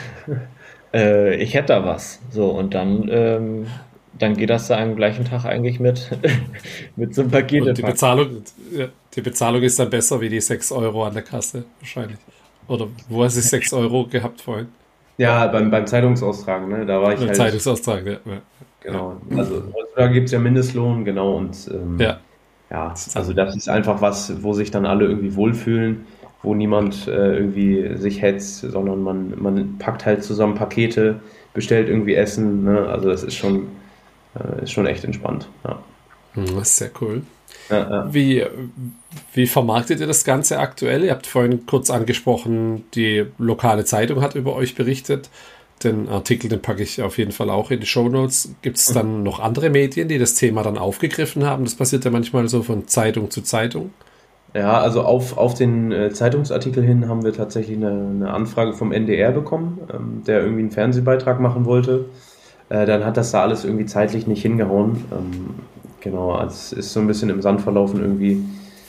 Äh, ich hätte da was. So, und dann, ähm, dann geht das da am gleichen Tag eigentlich mit, mit so einem Paket Und die packen. Bezahlung, ja, die Bezahlung ist dann besser wie die sechs Euro an der Kasse, wahrscheinlich. Oder wo hast du sechs Euro gehabt vorhin? Ja, beim, beim Zeitungsaustragen, ne, da war ich Ein halt, Zeitungsaustrag, ja. Ja, genau, also da gibt es ja Mindestlohn, genau, und ähm, ja. ja, also das ist einfach was, wo sich dann alle irgendwie wohlfühlen, wo niemand äh, irgendwie sich hetzt, sondern man, man packt halt zusammen Pakete, bestellt irgendwie Essen, ne? Also das ist schon, äh, ist schon echt entspannt. Ja. Hm, das ist sehr cool. Ja, ja. Wie, wie vermarktet ihr das Ganze aktuell? Ihr habt vorhin kurz angesprochen, die lokale Zeitung hat über euch berichtet. Den Artikel, den packe ich auf jeden Fall auch in die Shownotes. Gibt es dann noch andere Medien, die das Thema dann aufgegriffen haben? Das passiert ja manchmal so von Zeitung zu Zeitung. Ja, also auf, auf den äh, Zeitungsartikel hin haben wir tatsächlich eine, eine Anfrage vom N D R bekommen, ähm, der irgendwie einen Fernsehbeitrag machen wollte. Äh, dann hat das da alles irgendwie zeitlich nicht hingehauen. Ähm, genau, also es ist so ein bisschen im Sand verlaufen irgendwie.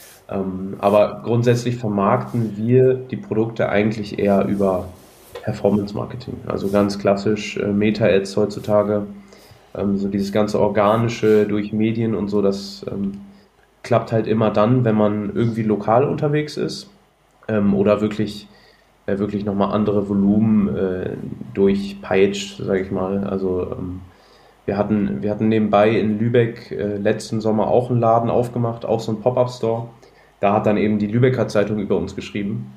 Ähm, aber grundsätzlich vermarkten wir die Produkte eigentlich eher über Performance Marketing. Also ganz klassisch äh, Meta-Ads heutzutage. Ähm, so dieses ganze Organische durch Medien und so, das ähm, klappt halt immer dann, wenn man irgendwie lokal unterwegs ist ähm, oder wirklich, äh, wirklich nochmal andere Volumen äh, durchpeitscht, sage ich mal. Also ähm, wir hatten, wir hatten nebenbei in Lübeck äh, letzten Sommer auch einen Laden aufgemacht, auch so ein Pop-Up-Store. Da hat dann eben die Lübecker Zeitung über uns geschrieben.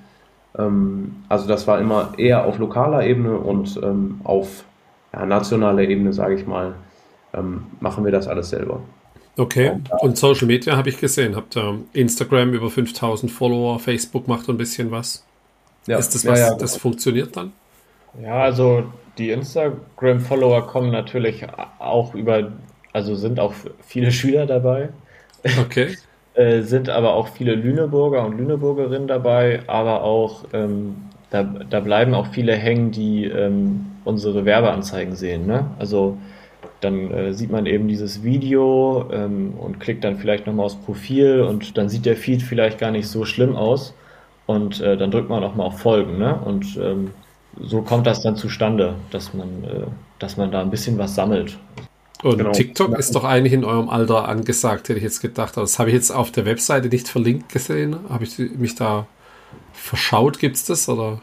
Ähm, also das war immer eher auf lokaler Ebene und ähm, auf ja, nationaler Ebene, sage ich mal, ähm, machen wir das alles selber. Okay, und Social Media habe ich gesehen. Habt ihr Instagram über fünftausend Follower, Facebook macht ein bisschen was. Ja, Ist das ja, was, ja, das funktioniert dann? Ja, also die Instagram-Follower kommen natürlich auch über, also sind auch viele Schüler dabei, Okay. äh, sind aber auch viele Lüneburger und Lüneburgerinnen dabei, aber auch, ähm, da, da bleiben auch viele hängen, die ähm, unsere Werbeanzeigen sehen, ne? Also dann äh, sieht man eben dieses Video ähm, und klickt dann vielleicht nochmal aufs Profil und dann sieht der Feed vielleicht gar nicht so schlimm aus und äh, dann drückt man auch mal auf Folgen, ne? Und ähm, so kommt das dann zustande, dass man, äh, dass man da ein bisschen was sammelt. Und Genau. TikTok ist doch eigentlich in eurem Alter angesagt, hätte ich jetzt gedacht. Aber das habe ich jetzt auf der Webseite nicht verlinkt gesehen. Habe ich mich da verschaut? Gibt es das? Oder?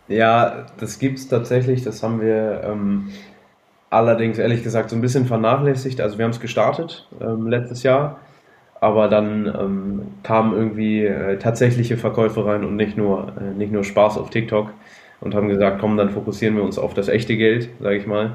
Ja, das gibt's tatsächlich. Das haben wir ähm, allerdings ehrlich gesagt so ein bisschen vernachlässigt. Also wir haben es gestartet ähm, letztes Jahr, aber dann ähm, kamen irgendwie äh, tatsächliche Verkäufe rein und nicht nur, äh, nicht nur Spaß auf TikTok und haben gesagt, komm, dann fokussieren wir uns auf das echte Geld, sage ich mal.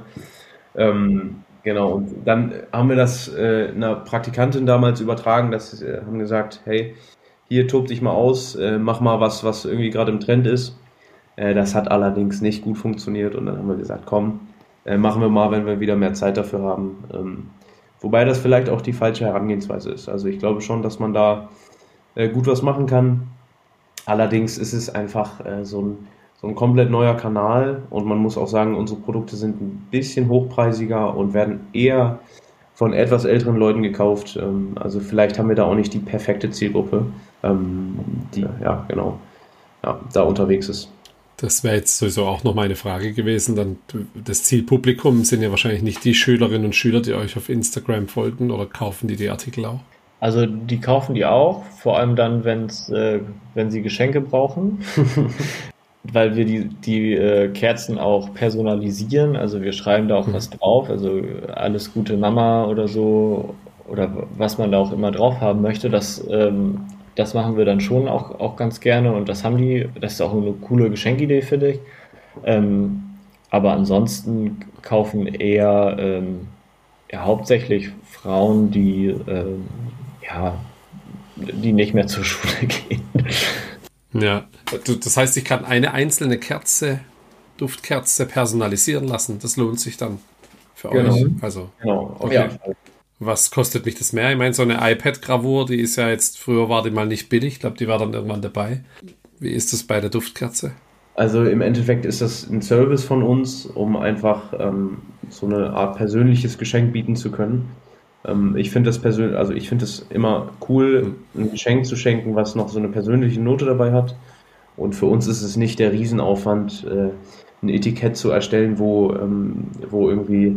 Ähm, genau, und dann haben wir das äh, einer Praktikantin damals übertragen, dass äh, haben gesagt, hey, hier tob dich mal aus, äh, mach mal was, was irgendwie gerade im Trend ist. Äh, das hat allerdings nicht gut funktioniert und dann haben wir gesagt, komm, äh, machen wir mal, wenn wir wieder mehr Zeit dafür haben. Ähm, wobei das vielleicht auch die falsche Herangehensweise ist. Also ich glaube schon, dass man da äh, gut was machen kann. Allerdings ist es einfach äh, so ein, so ein komplett neuer Kanal und man muss auch sagen, unsere Produkte sind ein bisschen hochpreisiger und werden eher von etwas älteren Leuten gekauft. Ähm, also vielleicht haben wir da auch nicht die perfekte Zielgruppe, ähm, die ja genau ja, da unterwegs ist. Das wäre jetzt sowieso auch noch meine Frage gewesen. Dann das Zielpublikum sind ja wahrscheinlich nicht die Schülerinnen und Schüler, die euch auf Instagram folgen, oder kaufen die die Artikel auch? Also die kaufen die auch, vor allem dann, wenn's, äh, wenn sie Geschenke brauchen, weil wir die, die äh, Kerzen auch personalisieren. Also wir schreiben da auch was drauf, also alles Gute Mama oder so. oder was man da auch immer drauf haben möchte, das, ähm, das machen wir dann schon auch, auch ganz gerne und das haben die, das ist auch eine coole Geschenkidee, finde ich. Ähm, aber ansonsten kaufen eher ähm, ja, hauptsächlich Frauen, die ähm, ja, die nicht mehr zur Schule gehen. Ja, das heißt, ich kann eine einzelne Kerze, Duftkerze personalisieren lassen. Das lohnt sich dann für Genau. euch. Also, Genau, auf okay. jeden Fall. Was kostet mich das mehr? Ich meine, so eine iPad-Gravur, die ist ja jetzt, früher war die mal nicht billig. Ich glaube, die war dann irgendwann dabei. Wie ist das bei der Duftkerze? Also im Endeffekt ist das ein Service von uns, um einfach ähm, so eine Art persönliches Geschenk bieten zu können. Ähm, ich finde das persönlich, also ich finde es immer cool, ein Geschenk zu schenken, was noch so eine persönliche Note dabei hat. Und für uns ist es nicht der Riesenaufwand, äh, ein Etikett zu erstellen, wo, ähm, wo irgendwie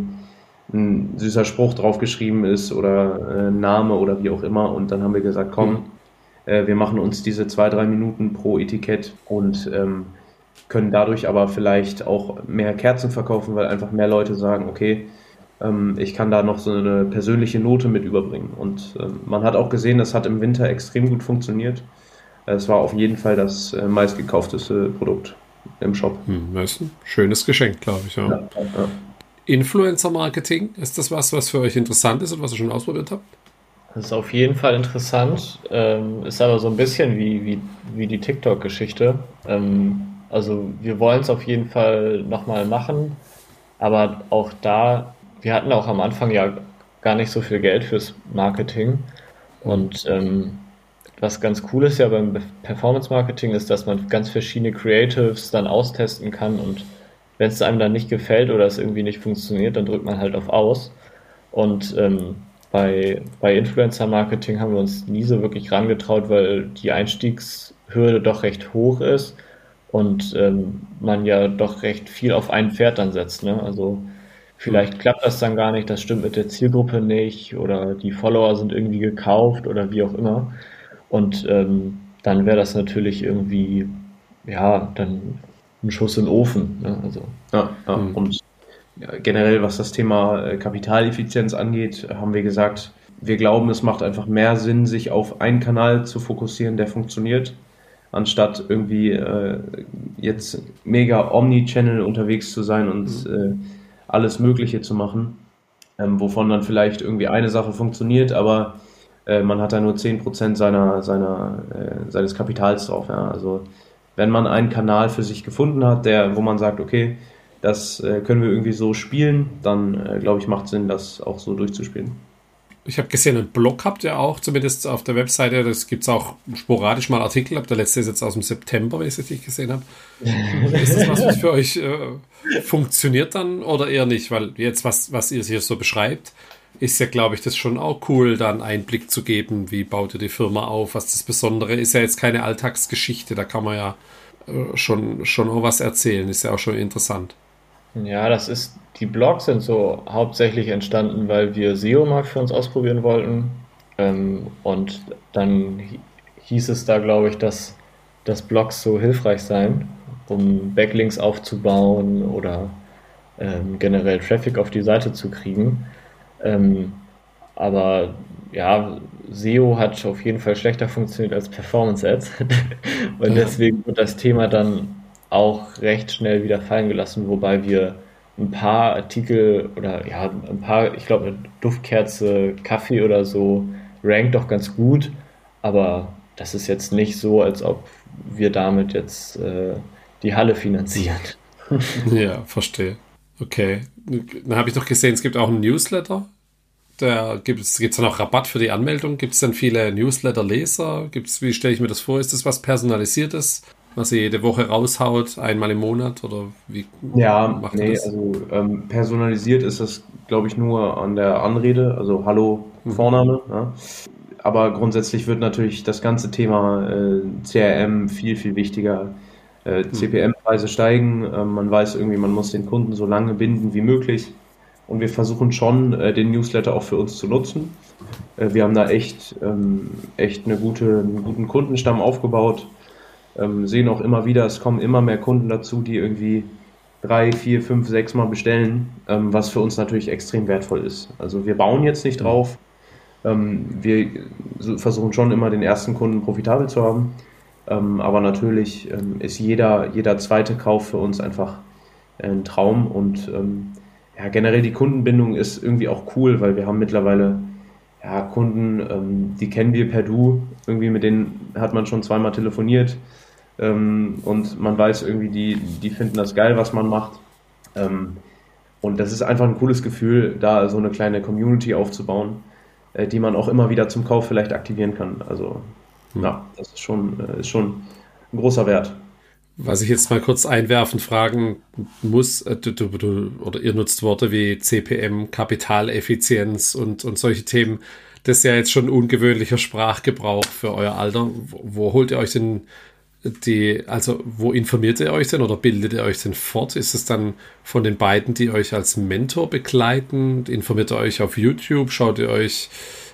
ein süßer Spruch draufgeschrieben ist oder äh, ein Name oder wie auch immer. Und dann haben wir gesagt, komm, Mhm. äh, wir machen uns diese zwei, drei Minuten pro Etikett und ähm, können dadurch aber vielleicht auch mehr Kerzen verkaufen, weil einfach mehr Leute sagen, okay, ähm, ich kann da noch so eine persönliche Note mit überbringen. Und ähm, man hat auch gesehen, das hat im Winter extrem gut funktioniert. Es war auf jeden Fall das äh, meistgekaufteste Produkt im Shop. Hm, das ist ein schönes Geschenk, glaube ich. Ja. Ja, ja. Influencer-Marketing, ist das was, was für euch interessant ist und was ihr schon ausprobiert habt? Das ist auf jeden Fall interessant, ähm, ist aber so ein bisschen wie, wie, wie die TikTok-Geschichte. Ähm, also wir wollen es auf jeden Fall nochmal machen, aber auch da, wir hatten auch am Anfang ja gar nicht so viel Geld fürs Marketing und ähm, was ganz cool ist ja beim Be- Performance-Marketing ist, dass man ganz verschiedene Creatives dann austesten kann und wenn es einem dann nicht gefällt oder es irgendwie nicht funktioniert, dann drückt man halt auf Aus. Und ähm, bei, bei Influencer-Marketing haben wir uns nie so wirklich rangetraut, weil die Einstiegshürde doch recht hoch ist und ähm, man ja doch recht viel auf ein Pferd dann setzt. Ne? Also vielleicht klappt das dann gar nicht, das stimmt mit der Zielgruppe nicht oder die Follower sind irgendwie gekauft oder wie auch immer. Und ähm, dann wäre das natürlich irgendwie, ja, dann ein Schuss in den Ofen. Ne? Also, Ja, ja. Hm. Und ja, generell, was das Thema äh, Kapitaleffizienz angeht, haben wir gesagt, wir glauben, es macht einfach mehr Sinn, sich auf einen Kanal zu fokussieren, der funktioniert, anstatt irgendwie äh, jetzt mega Omni-Channel unterwegs zu sein und äh, alles Mögliche zu machen, ähm, wovon dann vielleicht irgendwie eine Sache funktioniert, aber äh, man hat da nur zehn Prozent seiner, seiner, äh, seines Kapitals drauf. Ja. Also wenn man einen Kanal für sich gefunden hat, der, wo man sagt, okay, das äh, können wir irgendwie so spielen, dann äh, glaube ich, macht Sinn, das auch so durchzuspielen. Ich habe gesehen, einen Blog habt ihr auch, zumindest auf der Webseite. Das gibt es auch sporadisch mal Artikel. Der letzte ist jetzt aus dem September, wenn ich es richtig gesehen habe. Ist das was, was für euch äh, funktioniert dann oder eher nicht? Weil jetzt, was, was ihr hier so beschreibt, ist ja, glaube ich, das schon auch cool, da einen Einblick zu geben. Wie baut ihr die Firma auf? Was das Besondere ist ja jetzt keine Alltagsgeschichte. Da kann man ja äh, schon, schon auch was erzählen. Ist ja auch schon interessant. ja, das ist, die Blogs sind so hauptsächlich entstanden, weil wir S E O mal für uns ausprobieren wollten. Ähm, und dann hi- hieß es da, glaube ich, dass, dass Blogs so hilfreich seien, um Backlinks aufzubauen oder ähm, generell Traffic auf die Seite zu kriegen. Ähm, aber ja, S E O hat auf jeden Fall schlechter funktioniert als Performance Ads. Und Ja. deswegen wird das Thema dann auch recht schnell wieder fallen gelassen, wobei wir ein paar Artikel oder ja, ein paar, ich glaube, eine Duftkerze, Kaffee oder so rankt doch ganz gut, aber das ist jetzt nicht so, als ob wir damit jetzt äh, die Halle finanzieren. Ja, verstehe. Okay. Dann habe ich noch gesehen, es gibt auch einen Newsletter. Da gibt es gibt's dann auch Rabatt für die Anmeldung. Gibt es dann viele Newsletter-Leser? Gibt's, wie stelle ich mir das vor? Ist das was Personalisiertes, was ihr jede Woche raushaut, einmal im Monat? Oder wie Ja, macht ihr nee, das? also ähm, personalisiert ist das, glaube ich, nur an der Anrede, also Hallo, Vorname. Ja. Aber grundsätzlich wird natürlich das ganze Thema äh, C R M viel, viel wichtiger. Äh, C P M-Preise steigen, äh, man weiß irgendwie, man muss den Kunden so lange binden wie möglich. Und wir versuchen schon, äh, den Newsletter auch für uns zu nutzen. Äh, wir haben da echt, ähm, echt eine gute, einen guten Kundenstamm aufgebaut. Ähm, sehen auch immer wieder, es kommen immer mehr Kunden dazu, die irgendwie drei, vier, fünf, sechs Mal bestellen, ähm, was für uns natürlich extrem wertvoll ist. Also wir bauen jetzt nicht drauf, Ähm, wir versuchen schon immer den ersten Kunden profitabel zu haben, ähm, aber natürlich ähm, ist jeder, jeder zweite Kauf für uns einfach ein Traum und ähm, ja, generell die Kundenbindung ist irgendwie auch cool, weil wir haben mittlerweile ja, Kunden, ähm, die kennen wir per Du, irgendwie mit denen hat man schon zweimal telefoniert ähm, und man weiß irgendwie, die, die finden das geil, was man macht. Ähm, und das ist einfach ein cooles Gefühl, da so eine kleine Community aufzubauen, äh, die man auch immer wieder zum Kauf vielleicht aktivieren kann. Also hm. ja, das ist schon, äh, ist schon ein großer Wert. Was ich jetzt mal kurz einwerfen, fragen muss, du, du, du, oder ihr nutzt Worte wie C P M, Kapitaleffizienz und, und solche Themen. Das ist ja jetzt schon ein ungewöhnlicher Sprachgebrauch für euer Alter. Wo, wo holt ihr euch denn die, also wo informiert ihr euch denn oder bildet ihr euch denn fort? Ist es dann von den beiden, die euch als Mentor begleiten? Informiert ihr euch auf YouTube? Schaut ihr euch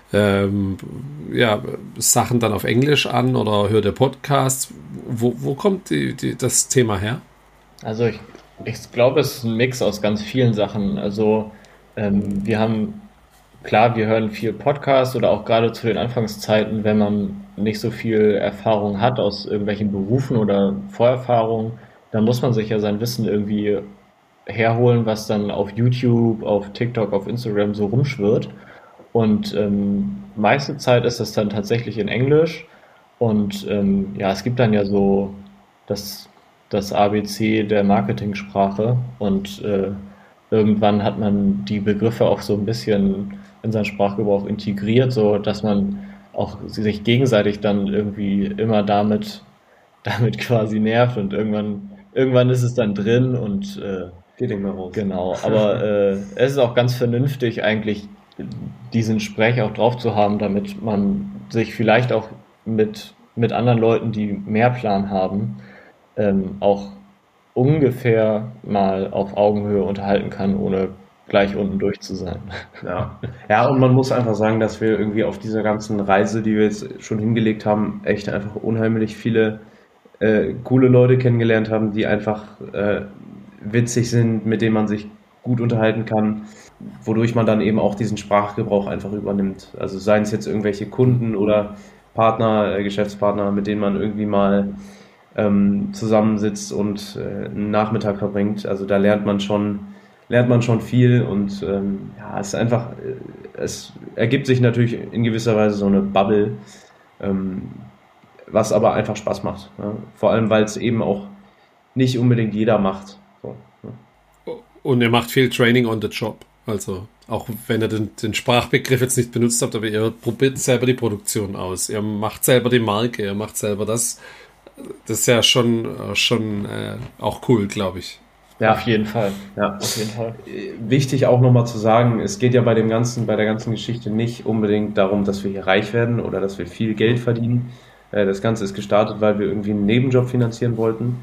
Ähm, ja, Sachen dann auf Englisch an oder hört ihr Podcasts? Wo, wo kommt die, die, das Thema her? Also ich, ich glaube, es ist ein Mix aus ganz vielen Sachen. Also ähm, wir haben, klar, wir hören viel Podcasts oder auch gerade zu den Anfangszeiten, wenn man nicht so viel Erfahrung hat aus irgendwelchen Berufen oder Vorerfahrungen, dann muss man sich ja sein Wissen irgendwie herholen, was dann auf YouTube, auf TikTok, auf Instagram so rumschwirrt. Und ähm, meiste Zeit ist das dann tatsächlich in Englisch. Und ähm, ja, es gibt dann ja so das, das A B C der Marketingsprache. Und äh, irgendwann hat man die Begriffe auch so ein bisschen in seinen Sprachgebrauch integriert, so dass man auch sich gegenseitig dann irgendwie immer damit, damit quasi nervt. Und irgendwann, irgendwann ist es dann drin und äh, geht nicht mehr raus. Genau, aber äh, es ist auch ganz vernünftig eigentlich diesen Sprech auch drauf zu haben, damit man sich vielleicht auch mit, mit anderen Leuten, die mehr Plan haben, ähm, auch ungefähr mal auf Augenhöhe unterhalten kann, ohne gleich unten durch zu sein. Ja. Ja, und man muss einfach sagen, dass wir irgendwie auf dieser ganzen Reise, die wir jetzt schon hingelegt haben, echt einfach unheimlich viele äh, coole Leute kennengelernt haben, die einfach äh, witzig sind, mit denen man sich gut unterhalten kann, wodurch man dann eben auch diesen Sprachgebrauch einfach übernimmt. Also seien es jetzt irgendwelche Kunden oder Partner, äh, Geschäftspartner, mit denen man irgendwie mal ähm, zusammensitzt und äh, einen Nachmittag verbringt. Also da lernt man schon, lernt man schon viel und ähm, ja, es ist einfach, äh, es ergibt sich natürlich in gewisser Weise so eine Bubble, ähm, was aber einfach Spaß macht. Ja? Vor allem, weil es eben auch nicht unbedingt jeder macht. So, ja. Und ihr macht viel Training on the Job. Also auch wenn ihr den, den Sprachbegriff jetzt nicht benutzt habt, aber ihr probiert selber die Produktion aus. Ihr macht selber die Marke, ihr macht selber das. Das ist ja schon, schon äh, auch cool, glaube ich. Ja, auf jeden Fall. Ja, auf jeden Fall. Wichtig auch nochmal zu sagen, es geht ja bei dem ganzen, bei der ganzen Geschichte nicht unbedingt darum, dass wir hier reich werden oder dass wir viel Geld verdienen. Das Ganze ist gestartet, weil wir irgendwie einen Nebenjob finanzieren wollten.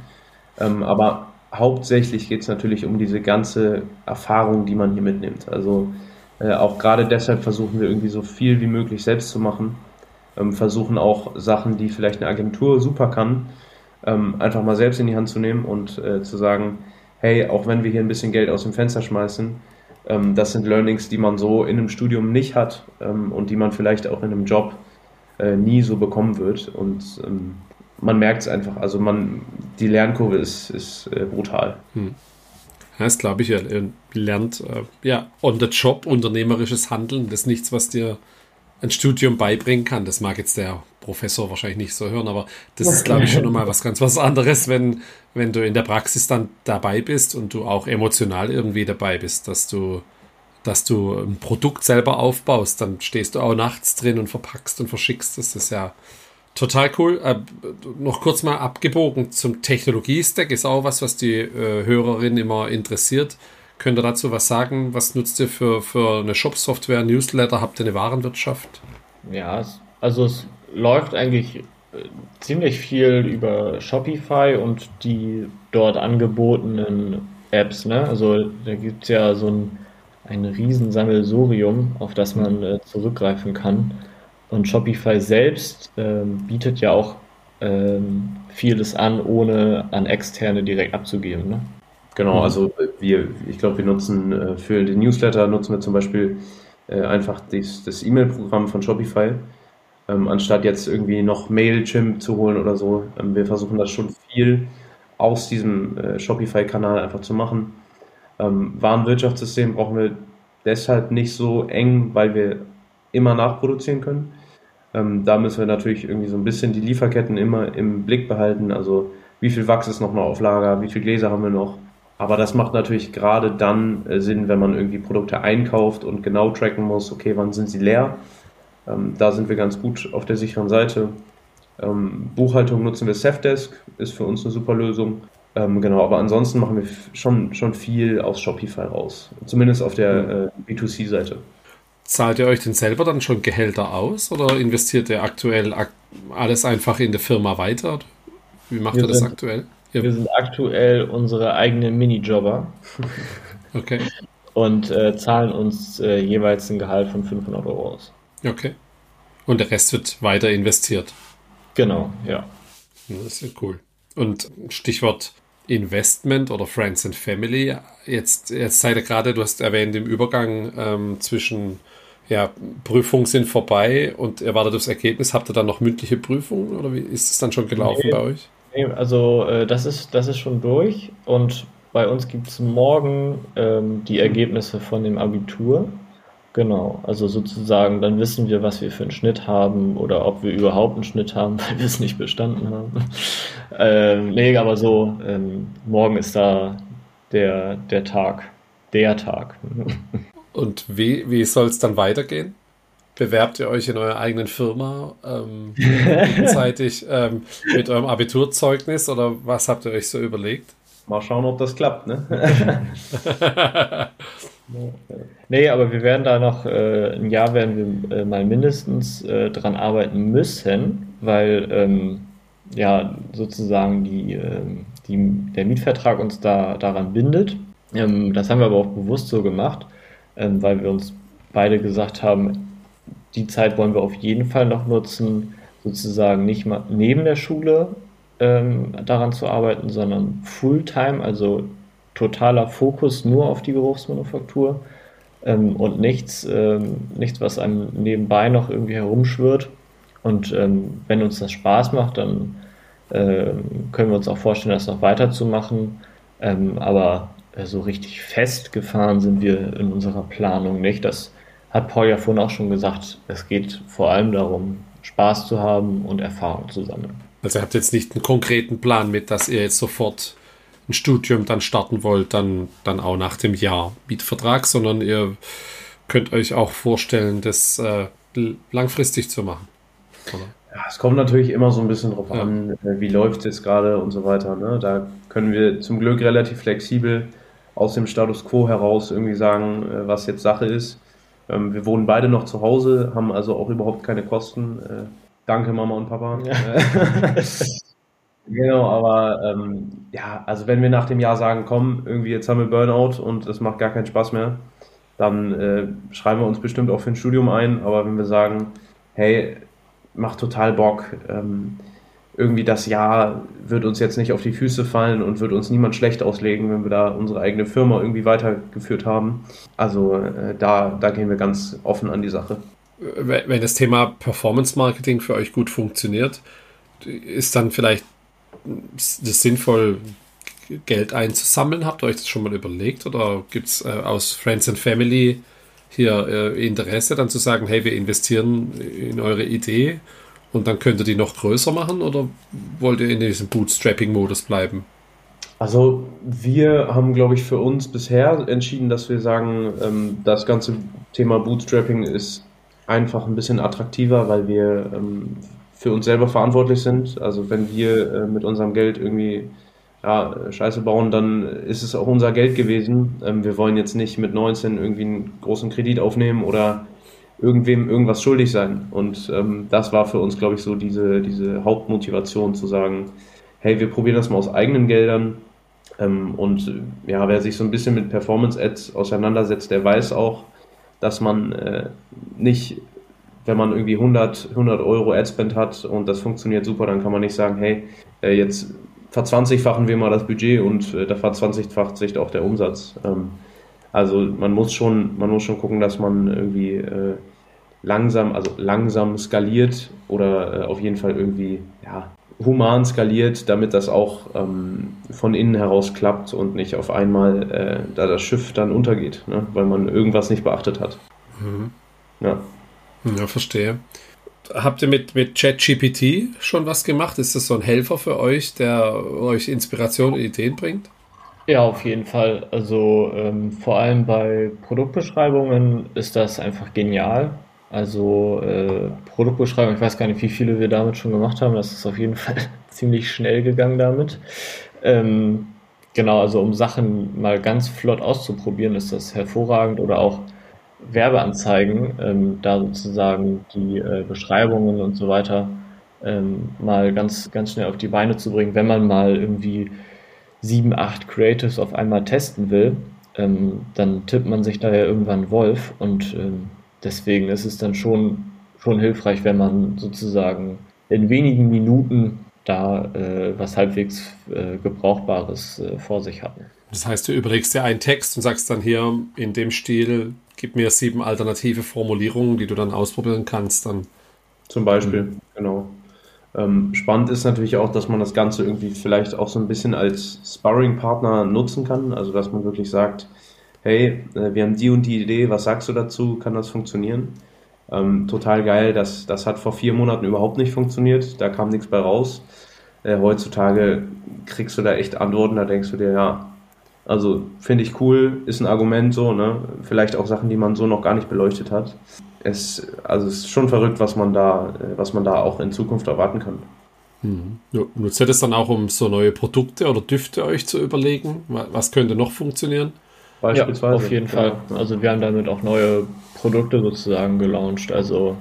Aber hauptsächlich geht es natürlich um diese ganze Erfahrung, die man hier mitnimmt. Also äh, auch gerade deshalb versuchen wir irgendwie so viel wie möglich selbst zu machen. Ähm, versuchen auch Sachen, die vielleicht eine Agentur super kann, ähm, einfach mal selbst in die Hand zu nehmen und äh, zu sagen, hey, auch wenn wir hier ein bisschen Geld aus dem Fenster schmeißen, ähm, das sind Learnings, die man so in einem Studium nicht hat ähm, und die man vielleicht auch in einem Job äh, nie so bekommen wird. Und ähm, man merkt es einfach, also man, die Lernkurve ist, ist äh, brutal. Hm. Das glaube ich, ja, ihr lernt äh, ja on the job unternehmerisches Handeln. Das ist nichts, was dir ein Studium beibringen kann. Das mag jetzt der Professor wahrscheinlich nicht so hören, aber das ist, glaube ich, schon nochmal was ganz was anderes, wenn, wenn du in der Praxis dann dabei bist und du auch emotional irgendwie dabei bist, dass du, dass du ein Produkt selber aufbaust, dann stehst du auch nachts drin und verpackst und verschickst. Das ist ja total cool. Äh, noch kurz mal abgebogen zum Technologie-Stack. Ist auch was, was die äh, Hörerin immer interessiert. Könnt ihr dazu was sagen? Was nutzt ihr für, für eine Shop-Software, Newsletter? Habt ihr eine Warenwirtschaft? Ja, es, also es läuft eigentlich äh, ziemlich viel über Shopify und die dort angebotenen Apps. Ne? Also da gibt es ja so ein, ein Riesensammelsurium, auf das man äh, zurückgreifen kann. Und Shopify selbst ähm, bietet ja auch ähm, vieles an, ohne an Externe direkt abzugeben. Ne? Genau, also wir, ich glaube, wir nutzen äh, für den Newsletter nutzen wir zum Beispiel äh, einfach das, das E-Mail-Programm von Shopify, ähm, anstatt jetzt irgendwie noch Mailchimp zu holen oder so. Ähm, wir versuchen das schon viel aus diesem äh, Shopify-Kanal einfach zu machen. Ähm, Warenwirtschaftssystem brauchen wir deshalb nicht so eng, weil wir immer nachproduzieren können. Ähm, da müssen wir natürlich irgendwie so ein bisschen die Lieferketten immer im Blick behalten. Also wie viel Wachs ist noch mal auf Lager, wie viel Gläser haben wir noch. Aber das macht natürlich gerade dann äh, Sinn, wenn man irgendwie Produkte einkauft und genau tracken muss, okay, wann sind sie leer. Ähm, da sind wir ganz gut auf der sicheren Seite. Ähm, Buchhaltung nutzen wir Safdesk, ist für uns eine super Lösung. Ähm, genau, aber ansonsten machen wir schon, schon viel aus Shopify raus. Zumindest auf der äh, B zwei C-Seite. Zahlt ihr euch denn selber dann schon Gehälter aus oder investiert ihr aktuell ak- alles einfach in der Firma weiter? Wie macht Wir ihr das sind, aktuell? Ihr, wir sind aktuell unsere eigenen Minijobber okay, und äh, zahlen uns äh, jeweils ein Gehalt von fünfhundert Euro aus. okay. Und der Rest wird weiter investiert. Genau, ja. Das ist ja cool. Und Stichwort Investment oder Friends and Family. Jetzt, jetzt seid ihr gerade, du hast erwähnt, im Übergang ähm, zwischen ja, Prüfungen sind vorbei und ihr wartet aufs Ergebnis. Habt ihr dann noch mündliche Prüfungen oder wie ist es dann schon gelaufen Nee, bei euch? nee, also äh, das ist, das ist schon durch und bei uns gibt es morgen ähm, die Ergebnisse von dem Abitur. Genau, also sozusagen, dann wissen wir, was wir für einen Schnitt haben oder ob wir überhaupt einen Schnitt haben, weil wir es nicht bestanden haben. Ähm, nee, aber so, ähm, morgen ist da der, der Tag, der Tag. Und wie, wie soll es dann weitergehen? Bewerbt ihr euch in eurer eigenen Firma ähm, gegenseitig ähm, mit eurem Abiturzeugnis oder was habt ihr euch so überlegt? Mal schauen, ob das klappt, ne? Nee, aber wir werden da noch, äh, ein Jahr werden wir äh, mal mindestens äh, dran arbeiten müssen, weil ähm, ja sozusagen die, ähm, die, der Mietvertrag uns da daran bindet. Ähm, das haben wir aber auch bewusst so gemacht, ähm, weil wir uns beide gesagt haben, die Zeit wollen wir auf jeden Fall noch nutzen, sozusagen nicht mal neben der Schule ähm, daran zu arbeiten, sondern Fulltime, also totaler Fokus nur auf die Geruchsmanufaktur ähm, und nichts, ähm, nichts, was einem nebenbei noch irgendwie herumschwirrt. Und ähm, wenn uns das Spaß macht, dann ähm, können wir uns auch vorstellen, das noch weiterzumachen. Ähm, aber äh, so richtig festgefahren sind wir in unserer Planung nicht. Das hat Paul ja vorhin auch schon gesagt. Es geht vor allem darum, Spaß zu haben und Erfahrung zu sammeln. Also ihr habt jetzt nicht einen konkreten Plan mit, dass ihr jetzt sofort ein Studium dann starten wollt, dann, dann auch nach dem Jahr Mietvertrag, sondern ihr könnt euch auch vorstellen, das äh, langfristig zu machen. Oder? Ja, es kommt natürlich immer so ein bisschen drauf Ja. an, äh, wie läuft es jetzt gerade und so weiter. Ne? Da können wir zum Glück relativ flexibel aus dem Status quo heraus irgendwie sagen, äh, was jetzt Sache ist. Ähm, wir wohnen beide noch zu Hause, haben also auch überhaupt keine Kosten. Äh, danke Mama und Papa. Ja. Genau, aber ähm, ja, also wenn wir nach dem Jahr sagen, komm, irgendwie jetzt haben wir Burnout und es macht gar keinen Spaß mehr, dann äh, schreiben wir uns bestimmt auch für ein Studium ein. Aber wenn wir sagen, hey, macht total Bock, ähm, irgendwie das Jahr wird uns jetzt nicht auf die Füße fallen und wird uns niemand schlecht auslegen, wenn wir da unsere eigene Firma irgendwie weitergeführt haben. Also äh, da, da gehen wir ganz offen an die Sache. Wenn wenn das Thema Performance Marketing für euch gut funktioniert, ist dann vielleicht das sinnvoll, Geld einzusammeln? Habt ihr euch das schon mal überlegt? Oder gibt es äh, aus Friends and Family hier äh, Interesse, dann zu sagen, hey, wir investieren in eure Idee und dann könnt ihr die noch größer machen? Oder wollt ihr in diesem Bootstrapping-Modus bleiben? Also wir haben, glaube ich, für uns bisher entschieden, dass wir sagen, ähm, das ganze Thema Bootstrapping ist einfach ein bisschen attraktiver, weil wir ähm, für uns selber verantwortlich sind. Also wenn wir äh, mit unserem Geld irgendwie ja, Scheiße bauen, dann ist es auch unser Geld gewesen. Ähm, wir wollen jetzt nicht mit neunzehn irgendwie einen großen Kredit aufnehmen oder irgendwem irgendwas schuldig sein. Und ähm, das war für uns, glaube ich, so diese, diese Hauptmotivation zu sagen, hey, wir probieren das mal aus eigenen Geldern. Ähm, und äh, ja, wer sich so ein bisschen mit Performance-Ads auseinandersetzt, der weiß auch, dass man äh, nicht, wenn man irgendwie hundert Euro Adspend hat und das funktioniert super, dann kann man nicht sagen, hey, äh, jetzt verzwanzigfachen wir mal das Budget und äh, da verzwanzigfacht sich auch der Umsatz. Ähm, Also man muss schon, man muss schon gucken, dass man irgendwie äh, langsam, also langsam skaliert oder äh, auf jeden Fall irgendwie ja, human skaliert, damit das auch ähm, von innen heraus klappt und nicht auf einmal äh, da das Schiff dann untergeht, ne? Weil man irgendwas nicht beachtet hat. Mhm. Ja. Ja, verstehe. Habt ihr mit, mit ChatGPT schon was gemacht? Ist das so ein Helfer für euch, der euch Inspiration und Ideen bringt? Ja, auf jeden Fall. Also ähm, vor allem bei Produktbeschreibungen ist das einfach genial. Also äh, Produktbeschreibung, ich weiß gar nicht, wie viele wir damit schon gemacht haben. Das ist auf jeden Fall ziemlich schnell gegangen damit. Ähm, genau, also um Sachen mal ganz flott auszuprobieren, ist das hervorragend. Oder auch Werbeanzeigen, ähm, da sozusagen die äh, Beschreibungen und so weiter ähm, mal ganz, ganz schnell auf die Beine zu bringen, wenn man mal irgendwie sieben, acht Creatives auf einmal testen will, ähm, dann tippt man sich da ja irgendwann Wolf und ähm, deswegen ist es dann schon, schon hilfreich, wenn man sozusagen in wenigen Minuten da äh, was halbwegs äh, Gebrauchbares äh, vor sich hat. Das heißt, du überlegst dir einen Text und sagst dann hier in dem Stil, gib mir sieben alternative Formulierungen, die du dann ausprobieren kannst. Dann. Zum Beispiel, mhm. genau. Ähm, spannend ist natürlich auch, dass man das Ganze irgendwie vielleicht auch so ein bisschen als Sparring-Partner nutzen kann. Also, dass man wirklich sagt, hey, äh, wir haben die und die Idee, was sagst du dazu? Kann das funktionieren? Ähm, total geil, das, das hat vor vier Monaten überhaupt nicht funktioniert. Da kam nichts bei raus. Äh, heutzutage kriegst du da echt Antworten, da denkst du dir, ja, also finde ich cool, ist ein Argument so, ne? Vielleicht auch Sachen, die man so noch gar nicht beleuchtet hat. Es, also es ist schon verrückt, was man da, was man da auch in Zukunft erwarten kann. Hm. Ja, nutzt ihr das dann auch, um so neue Produkte oder Düfte euch zu überlegen? Was könnte noch funktionieren? Beispielsweise. Ja, auf jeden Fall. Also wir haben damit auch neue Produkte sozusagen gelauncht. Also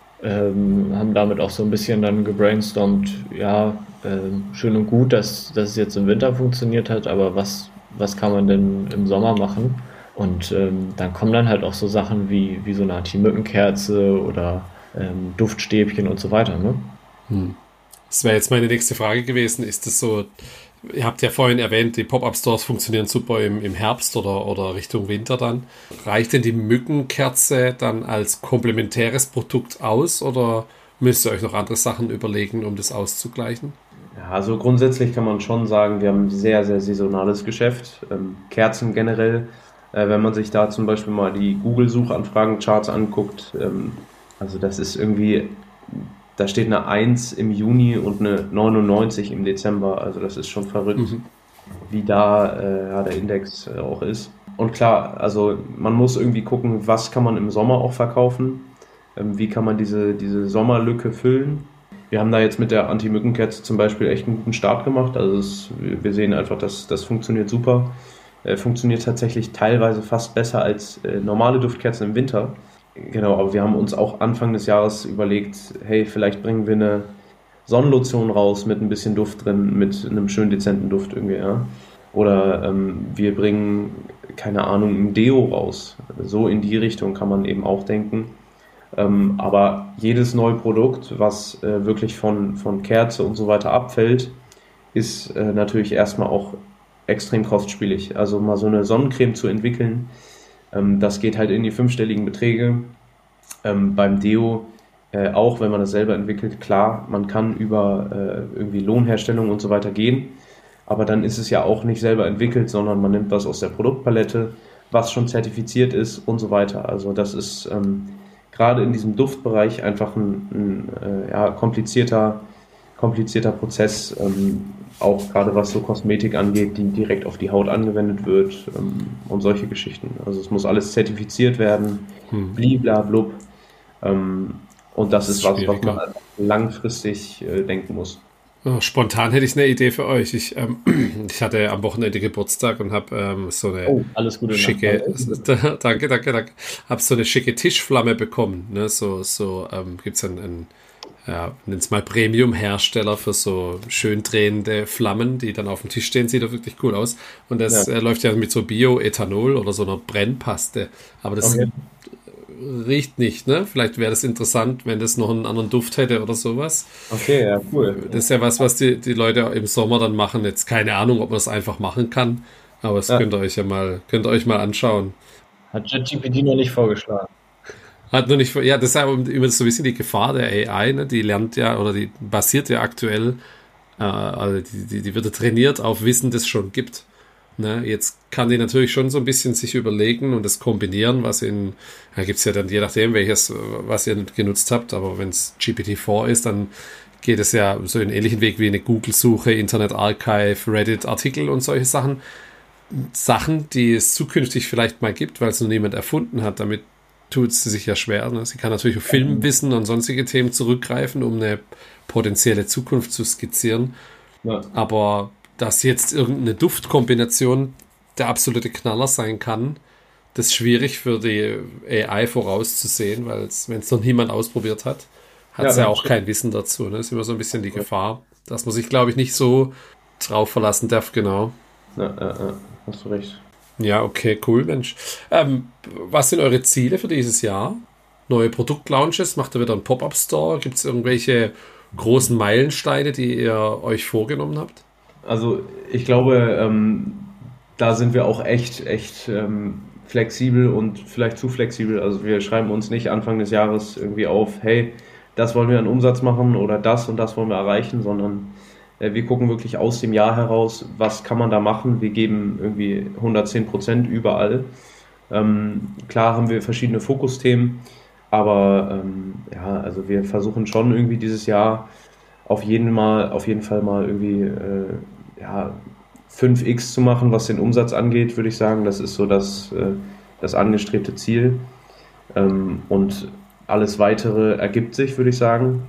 ähm, haben damit auch so ein bisschen dann gebrainstormt, ja, ähm, schön und gut, dass, dass es jetzt im Winter funktioniert hat, aber was, was kann man denn im Sommer machen? Und ähm, dann kommen dann halt auch so Sachen wie, wie so eine Anti-Mückenkerze oder ähm, Duftstäbchen und so weiter. Ne? Hm. Das wäre jetzt meine nächste Frage gewesen. Ist das so, ihr habt ja vorhin erwähnt, die Pop-Up-Stores funktionieren super im, im Herbst oder, oder Richtung Winter dann. Reicht denn die Mückenkerze dann als komplementäres Produkt aus oder müsst ihr euch noch andere Sachen überlegen, um das auszugleichen? Ja, also grundsätzlich kann man schon sagen, wir haben ein sehr, sehr saisonales Geschäft. Ähm, Kerzen generell. Wenn man sich da zum Beispiel mal die Google-Suchanfragen-Charts anguckt, ähm, also das ist irgendwie, da steht eine eins im Juni und eine neunundneunzig im Dezember, also das ist schon verrückt, mhm. wie da äh, ja, der Index äh, auch ist. Und klar, also man muss irgendwie gucken, was kann man im Sommer auch verkaufen, ähm, wie kann man diese, diese Sommerlücke füllen. Wir haben da jetzt mit der Anti-Mückenkerze zum Beispiel echt einen guten Start gemacht, also es, wir sehen einfach, dass das funktioniert super. Funktioniert tatsächlich teilweise fast besser als äh, normale Duftkerzen im Winter. Genau, aber wir haben uns auch Anfang des Jahres überlegt, hey, vielleicht bringen wir eine Sonnenlotion raus mit ein bisschen Duft drin, mit einem schönen dezenten Duft irgendwie, ja. Oder ähm, wir bringen, keine Ahnung, ein Deo raus. So in die Richtung kann man eben auch denken. Ähm, aber jedes neue Produkt, was äh, wirklich von, von Kerze und so weiter abfällt, ist äh, natürlich erstmal auch extrem kostspielig. Also mal so eine Sonnencreme zu entwickeln, ähm, das geht halt in die fünfstelligen Beträge. Ähm, beim Deo, äh, auch wenn man das selber entwickelt, klar, man kann über äh, irgendwie Lohnherstellung und so weiter gehen, aber dann ist es ja auch nicht selber entwickelt, sondern man nimmt was aus der Produktpalette, was schon zertifiziert ist und so weiter. Also das ist ähm, gerade in diesem Duftbereich einfach ein, ein äh, ja, komplizierter, komplizierter Prozess, ähm, auch gerade was so Kosmetik angeht, die direkt auf die Haut angewendet wird ähm, und solche Geschichten. Also es muss alles zertifiziert werden, hm. bliblablub. Ähm, und das, das ist, ist was, was man langfristig äh, denken muss. Oh, spontan hätte ich eine Idee für euch. Ich, ähm, ich hatte am Wochenende Geburtstag und habe ähm, so eine oh, alles Gute schicke, danke, danke, danke, habe so eine schicke Tischflamme bekommen. Ne? So, so ähm, gibt es einen, einen ja, nenn's mal Premium-Hersteller für so schön drehende Flammen, die dann auf dem Tisch stehen, sieht doch wirklich cool aus. Und das ja. äh, läuft ja mit so Bio-Ethanol oder so einer Brennpaste. Aber das okay. riecht nicht, ne? Vielleicht wäre das interessant, wenn das noch einen anderen Duft hätte oder sowas. Okay, ja, cool. Das ist ja was, was die, die Leute im Sommer dann machen. Jetzt keine Ahnung, ob man das einfach machen kann. Aber das Ja. könnt ihr euch ja mal, könnt ihr euch mal anschauen. Hat ChatGPT noch nicht vorgeschlagen. Hat nur nicht, ja, das ist ja immer so ein bisschen die Gefahr der A I, ne? Die lernt ja, oder die basiert ja aktuell, äh, also die, die, die wird ja trainiert auf Wissen, das es schon gibt. Ne? Jetzt kann die natürlich schon so ein bisschen sich überlegen und das kombinieren, was in, da gibt es ja dann je nachdem, welches, was ihr genutzt habt, aber wenn es G P T vier ist, dann geht es ja so einen ähnlichen Weg wie eine Google-Suche, Internet Archive, Reddit-Artikel und solche Sachen. Sachen, die es zukünftig vielleicht mal gibt, weil es noch niemand erfunden hat, damit tut sie sich ja schwer. Ne? Sie kann natürlich auf Filmwissen und sonstige Themen zurückgreifen, um eine potenzielle Zukunft zu skizzieren. Ja. Aber dass jetzt irgendeine Duftkombination der absolute Knaller sein kann, das ist schwierig für die A I vorauszusehen, weil wenn es noch niemand ausprobiert hat, hat es ja, ja auch kein Wissen dazu. Ne? Das ist immer so ein bisschen die Gefahr, dass man sich, glaube ich, nicht so drauf verlassen darf, genau. Ja, ja, ja, hast du recht. Ja, okay, cool, Mensch. Ähm, was sind eure Ziele für dieses Jahr? Neue Produktlaunches? Macht ihr wieder einen Pop-Up-Store? Gibt es irgendwelche großen Meilensteine, die ihr euch vorgenommen habt? Also ich glaube, ähm, da sind wir auch echt, echt ähm, flexibel und vielleicht zu flexibel. Also wir schreiben uns nicht Anfang des Jahres irgendwie auf, hey, das wollen wir an Umsatz machen oder das und das wollen wir erreichen, sondern äh, wir gucken wirklich aus dem Jahr heraus, was kann man da machen. Wir geben irgendwie hundertzehn Prozent überall. Ähm, klar haben wir verschiedene Fokusthemen, aber ähm, ja, also wir versuchen schon irgendwie dieses Jahr auf jeden, mal, auf jeden Fall mal irgendwie äh, ja, fünf x zu machen, was den Umsatz angeht, würde ich sagen. Das ist so das, äh, das angestrebte Ziel. Ähm, und alles Weitere ergibt sich, würde ich sagen.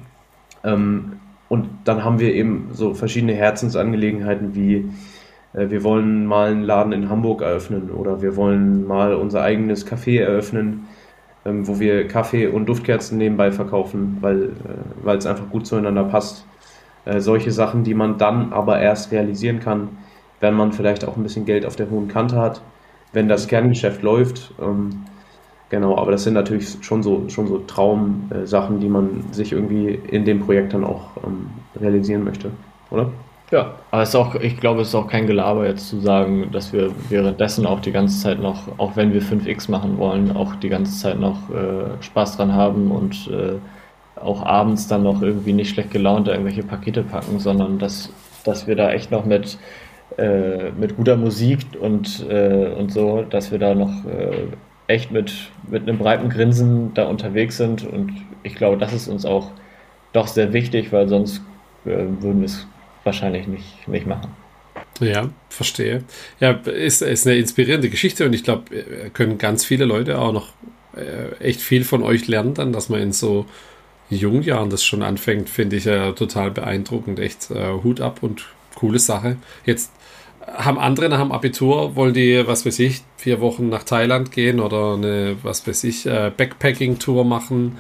Ähm, und dann haben wir eben so verschiedene Herzensangelegenheiten wie äh, wir wollen mal einen Laden in Hamburg eröffnen oder wir wollen mal unser eigenes Café eröffnen, ähm, wo wir Kaffee und Duftkerzen nebenbei verkaufen, weil äh, weil es einfach gut zueinander passt. Äh, solche Sachen, die man dann aber erst realisieren kann, wenn man vielleicht auch ein bisschen Geld auf der hohen Kante hat, wenn das Kerngeschäft läuft. Ähm, genau, aber das sind natürlich schon so, schon so Traumsachen, äh, die man sich irgendwie in dem Projekt dann auch ähm, realisieren möchte, oder? Ja, aber es ist auch, ich glaube, es ist auch kein Gelaber jetzt zu sagen, dass wir währenddessen auch die ganze Zeit noch, auch wenn wir fünf x machen wollen, auch die ganze Zeit noch äh, Spaß dran haben und äh, auch abends dann noch irgendwie nicht schlecht gelaunt irgendwelche Pakete packen, sondern dass, dass wir da echt noch mit, äh, mit guter Musik und, äh, und so, dass wir da noch äh, echt mit, mit einem breiten Grinsen da unterwegs sind und ich glaube, das ist uns auch doch sehr wichtig, weil sonst äh, würden wir es wahrscheinlich nicht, nicht machen. Ja, verstehe. Ja, ist, ist eine inspirierende Geschichte und ich glaube, können ganz viele Leute auch noch äh, echt viel von euch lernen dann, dass man in so jungen Jahren das schon anfängt, finde ich ja total beeindruckend. Echt äh, Hut ab und coole Sache. Jetzt haben andere nach dem Abitur, wollen die, was weiß ich, vier Wochen nach Thailand gehen oder eine, was weiß ich, äh, Backpacking-Tour machen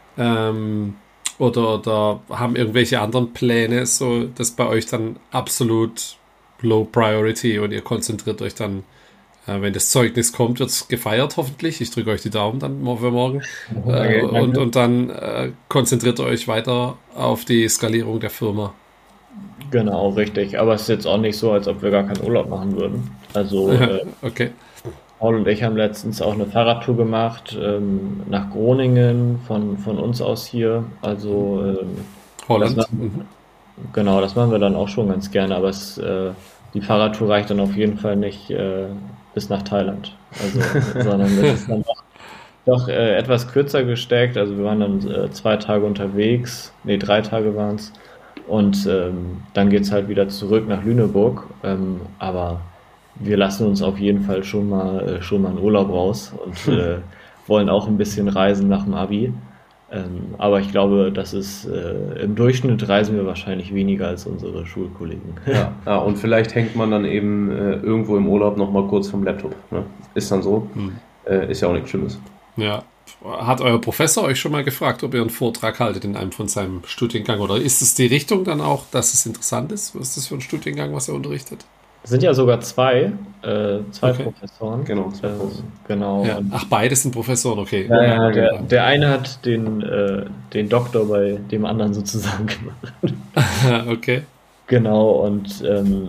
ähm, oder, oder haben irgendwelche anderen Pläne, so das bei euch dann absolut low priority und ihr konzentriert euch dann, äh, wenn das Zeugnis kommt, wird es gefeiert hoffentlich. Ich drücke euch die Daumen dann für morgen. Okay, äh, und, und dann äh, konzentriert ihr euch weiter auf die Skalierung der Firma. Genau, richtig. Aber es ist jetzt auch nicht so, als ob wir gar keinen Urlaub machen würden. Also äh, Okay. Paul und ich haben letztens auch eine Fahrradtour gemacht ähm, nach Groningen von, von uns aus hier. Also ähm, Holland. das machen, genau, das machen wir dann auch schon ganz gerne. Aber es, äh, die Fahrradtour reicht dann auf jeden Fall nicht äh, bis nach Thailand. Also, sondern das ist dann doch, doch äh, etwas kürzer gesteckt. Also wir waren dann äh, zwei Tage unterwegs. Nee, drei Tage waren es. Und ähm, dann geht es halt wieder zurück nach Lüneburg. Ähm, aber wir lassen uns auf jeden Fall schon mal, äh, schon mal einen Urlaub raus und äh, wollen auch ein bisschen reisen nach dem Abi. Ähm, aber ich glaube, das ist äh, im Durchschnitt reisen wir wahrscheinlich weniger als unsere Schulkollegen. Ja, ja, und vielleicht hängt man dann eben äh, irgendwo im Urlaub nochmal kurz vom Laptop. Ne? Ist dann so. Hm. Äh, ist ja auch nichts Schlimmes. Ja. Hat euer Professor euch schon mal gefragt, ob ihr einen Vortrag haltet in einem von seinem Studiengang? Oder ist es die Richtung dann auch, dass es interessant ist? Was ist das für ein Studiengang, was er unterrichtet? Es sind ja sogar zwei, äh, zwei Okay. Professoren. Genau, zwei Ähm, Professoren. genau. Ja. Und, Ach, beide sind Professoren, okay. ja, ja, der, der eine hat den, äh, den Doktor bei dem anderen sozusagen gemacht. Okay. Genau, und ähm,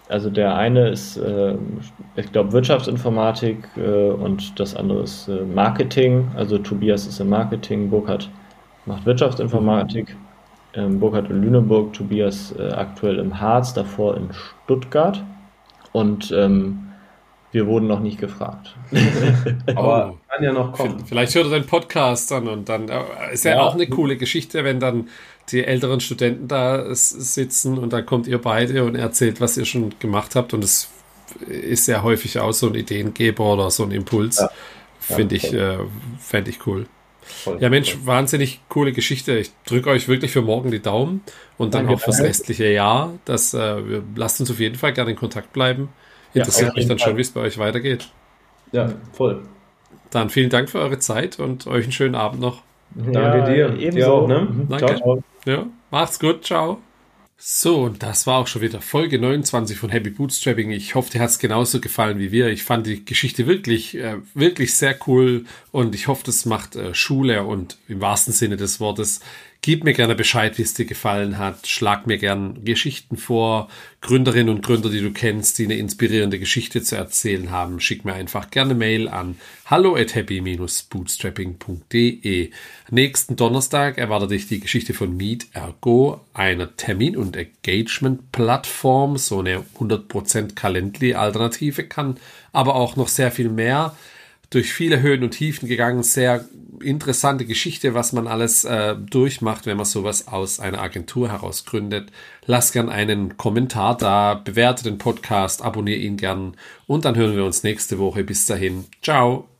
Also der eine ist, äh, ich glaube, Wirtschaftsinformatik äh, und das andere ist äh, Marketing. Also Tobias ist im Marketing, Burkhard macht Wirtschaftsinformatik. Ähm, Burkhard in Lüneburg, Tobias äh, aktuell im Harz, davor in Stuttgart. Und ähm, wir wurden noch nicht gefragt. Aber Oh. kann ja noch kommen. Vielleicht hört er den Podcast an und dann äh, ist ja, Ja. auch eine coole Geschichte, wenn dann die älteren Studenten da s- sitzen und dann kommt ihr beide und erzählt, was ihr schon gemacht habt, und es ist ja häufig auch so ein Ideengeber oder so ein Impuls. Ja. Finde Ja, ich, äh, fände ich cool. Voll, Ja, Mensch, voll. wahnsinnig coole Geschichte. Ich drücke euch wirklich für morgen die Daumen und dann Danke, auch fürs danke. restliche Jahr. Das, äh, wir lasst uns auf jeden Fall gerne in Kontakt bleiben. Ja, Interessiert auf mich jeden dann Fall. schon, wie es bei euch weitergeht. Ja, voll. Dann vielen Dank für eure Zeit und euch einen schönen Abend noch. Danke dir. Ebenso. Dir auch, ne? Mhm. Danke. Ciao. Ja, macht's gut, ciao. So, und das war auch schon wieder Folge neunundzwanzig von Happy Bootstrapping. Ich hoffe, dir hat's genauso gefallen wie wir. Ich fand die Geschichte wirklich, äh, wirklich sehr cool und ich hoffe, das macht äh, Schule und im wahrsten Sinne des Wortes. Gib mir gerne Bescheid, wie es dir gefallen hat. Schlag mir gern Geschichten vor, Gründerinnen und Gründer, die du kennst, die eine inspirierende Geschichte zu erzählen haben. Schick mir einfach gerne Mail an hallo at happy bootstrapping punkt de. Nächsten Donnerstag erwartet dich die Geschichte von Meet Ergo, einer Termin- und Engagement-Plattform, so eine hundert Prozent Calendly-Alternative, kann aber auch noch sehr viel mehr. Durch viele Höhen und Tiefen gegangen, sehr interessante Geschichte, was man alles äh, durchmacht, wenn man sowas aus einer Agentur heraus gründet. Lass gern einen Kommentar da, bewerte den Podcast, abonniere ihn gern und dann hören wir uns nächste Woche. Bis dahin, ciao!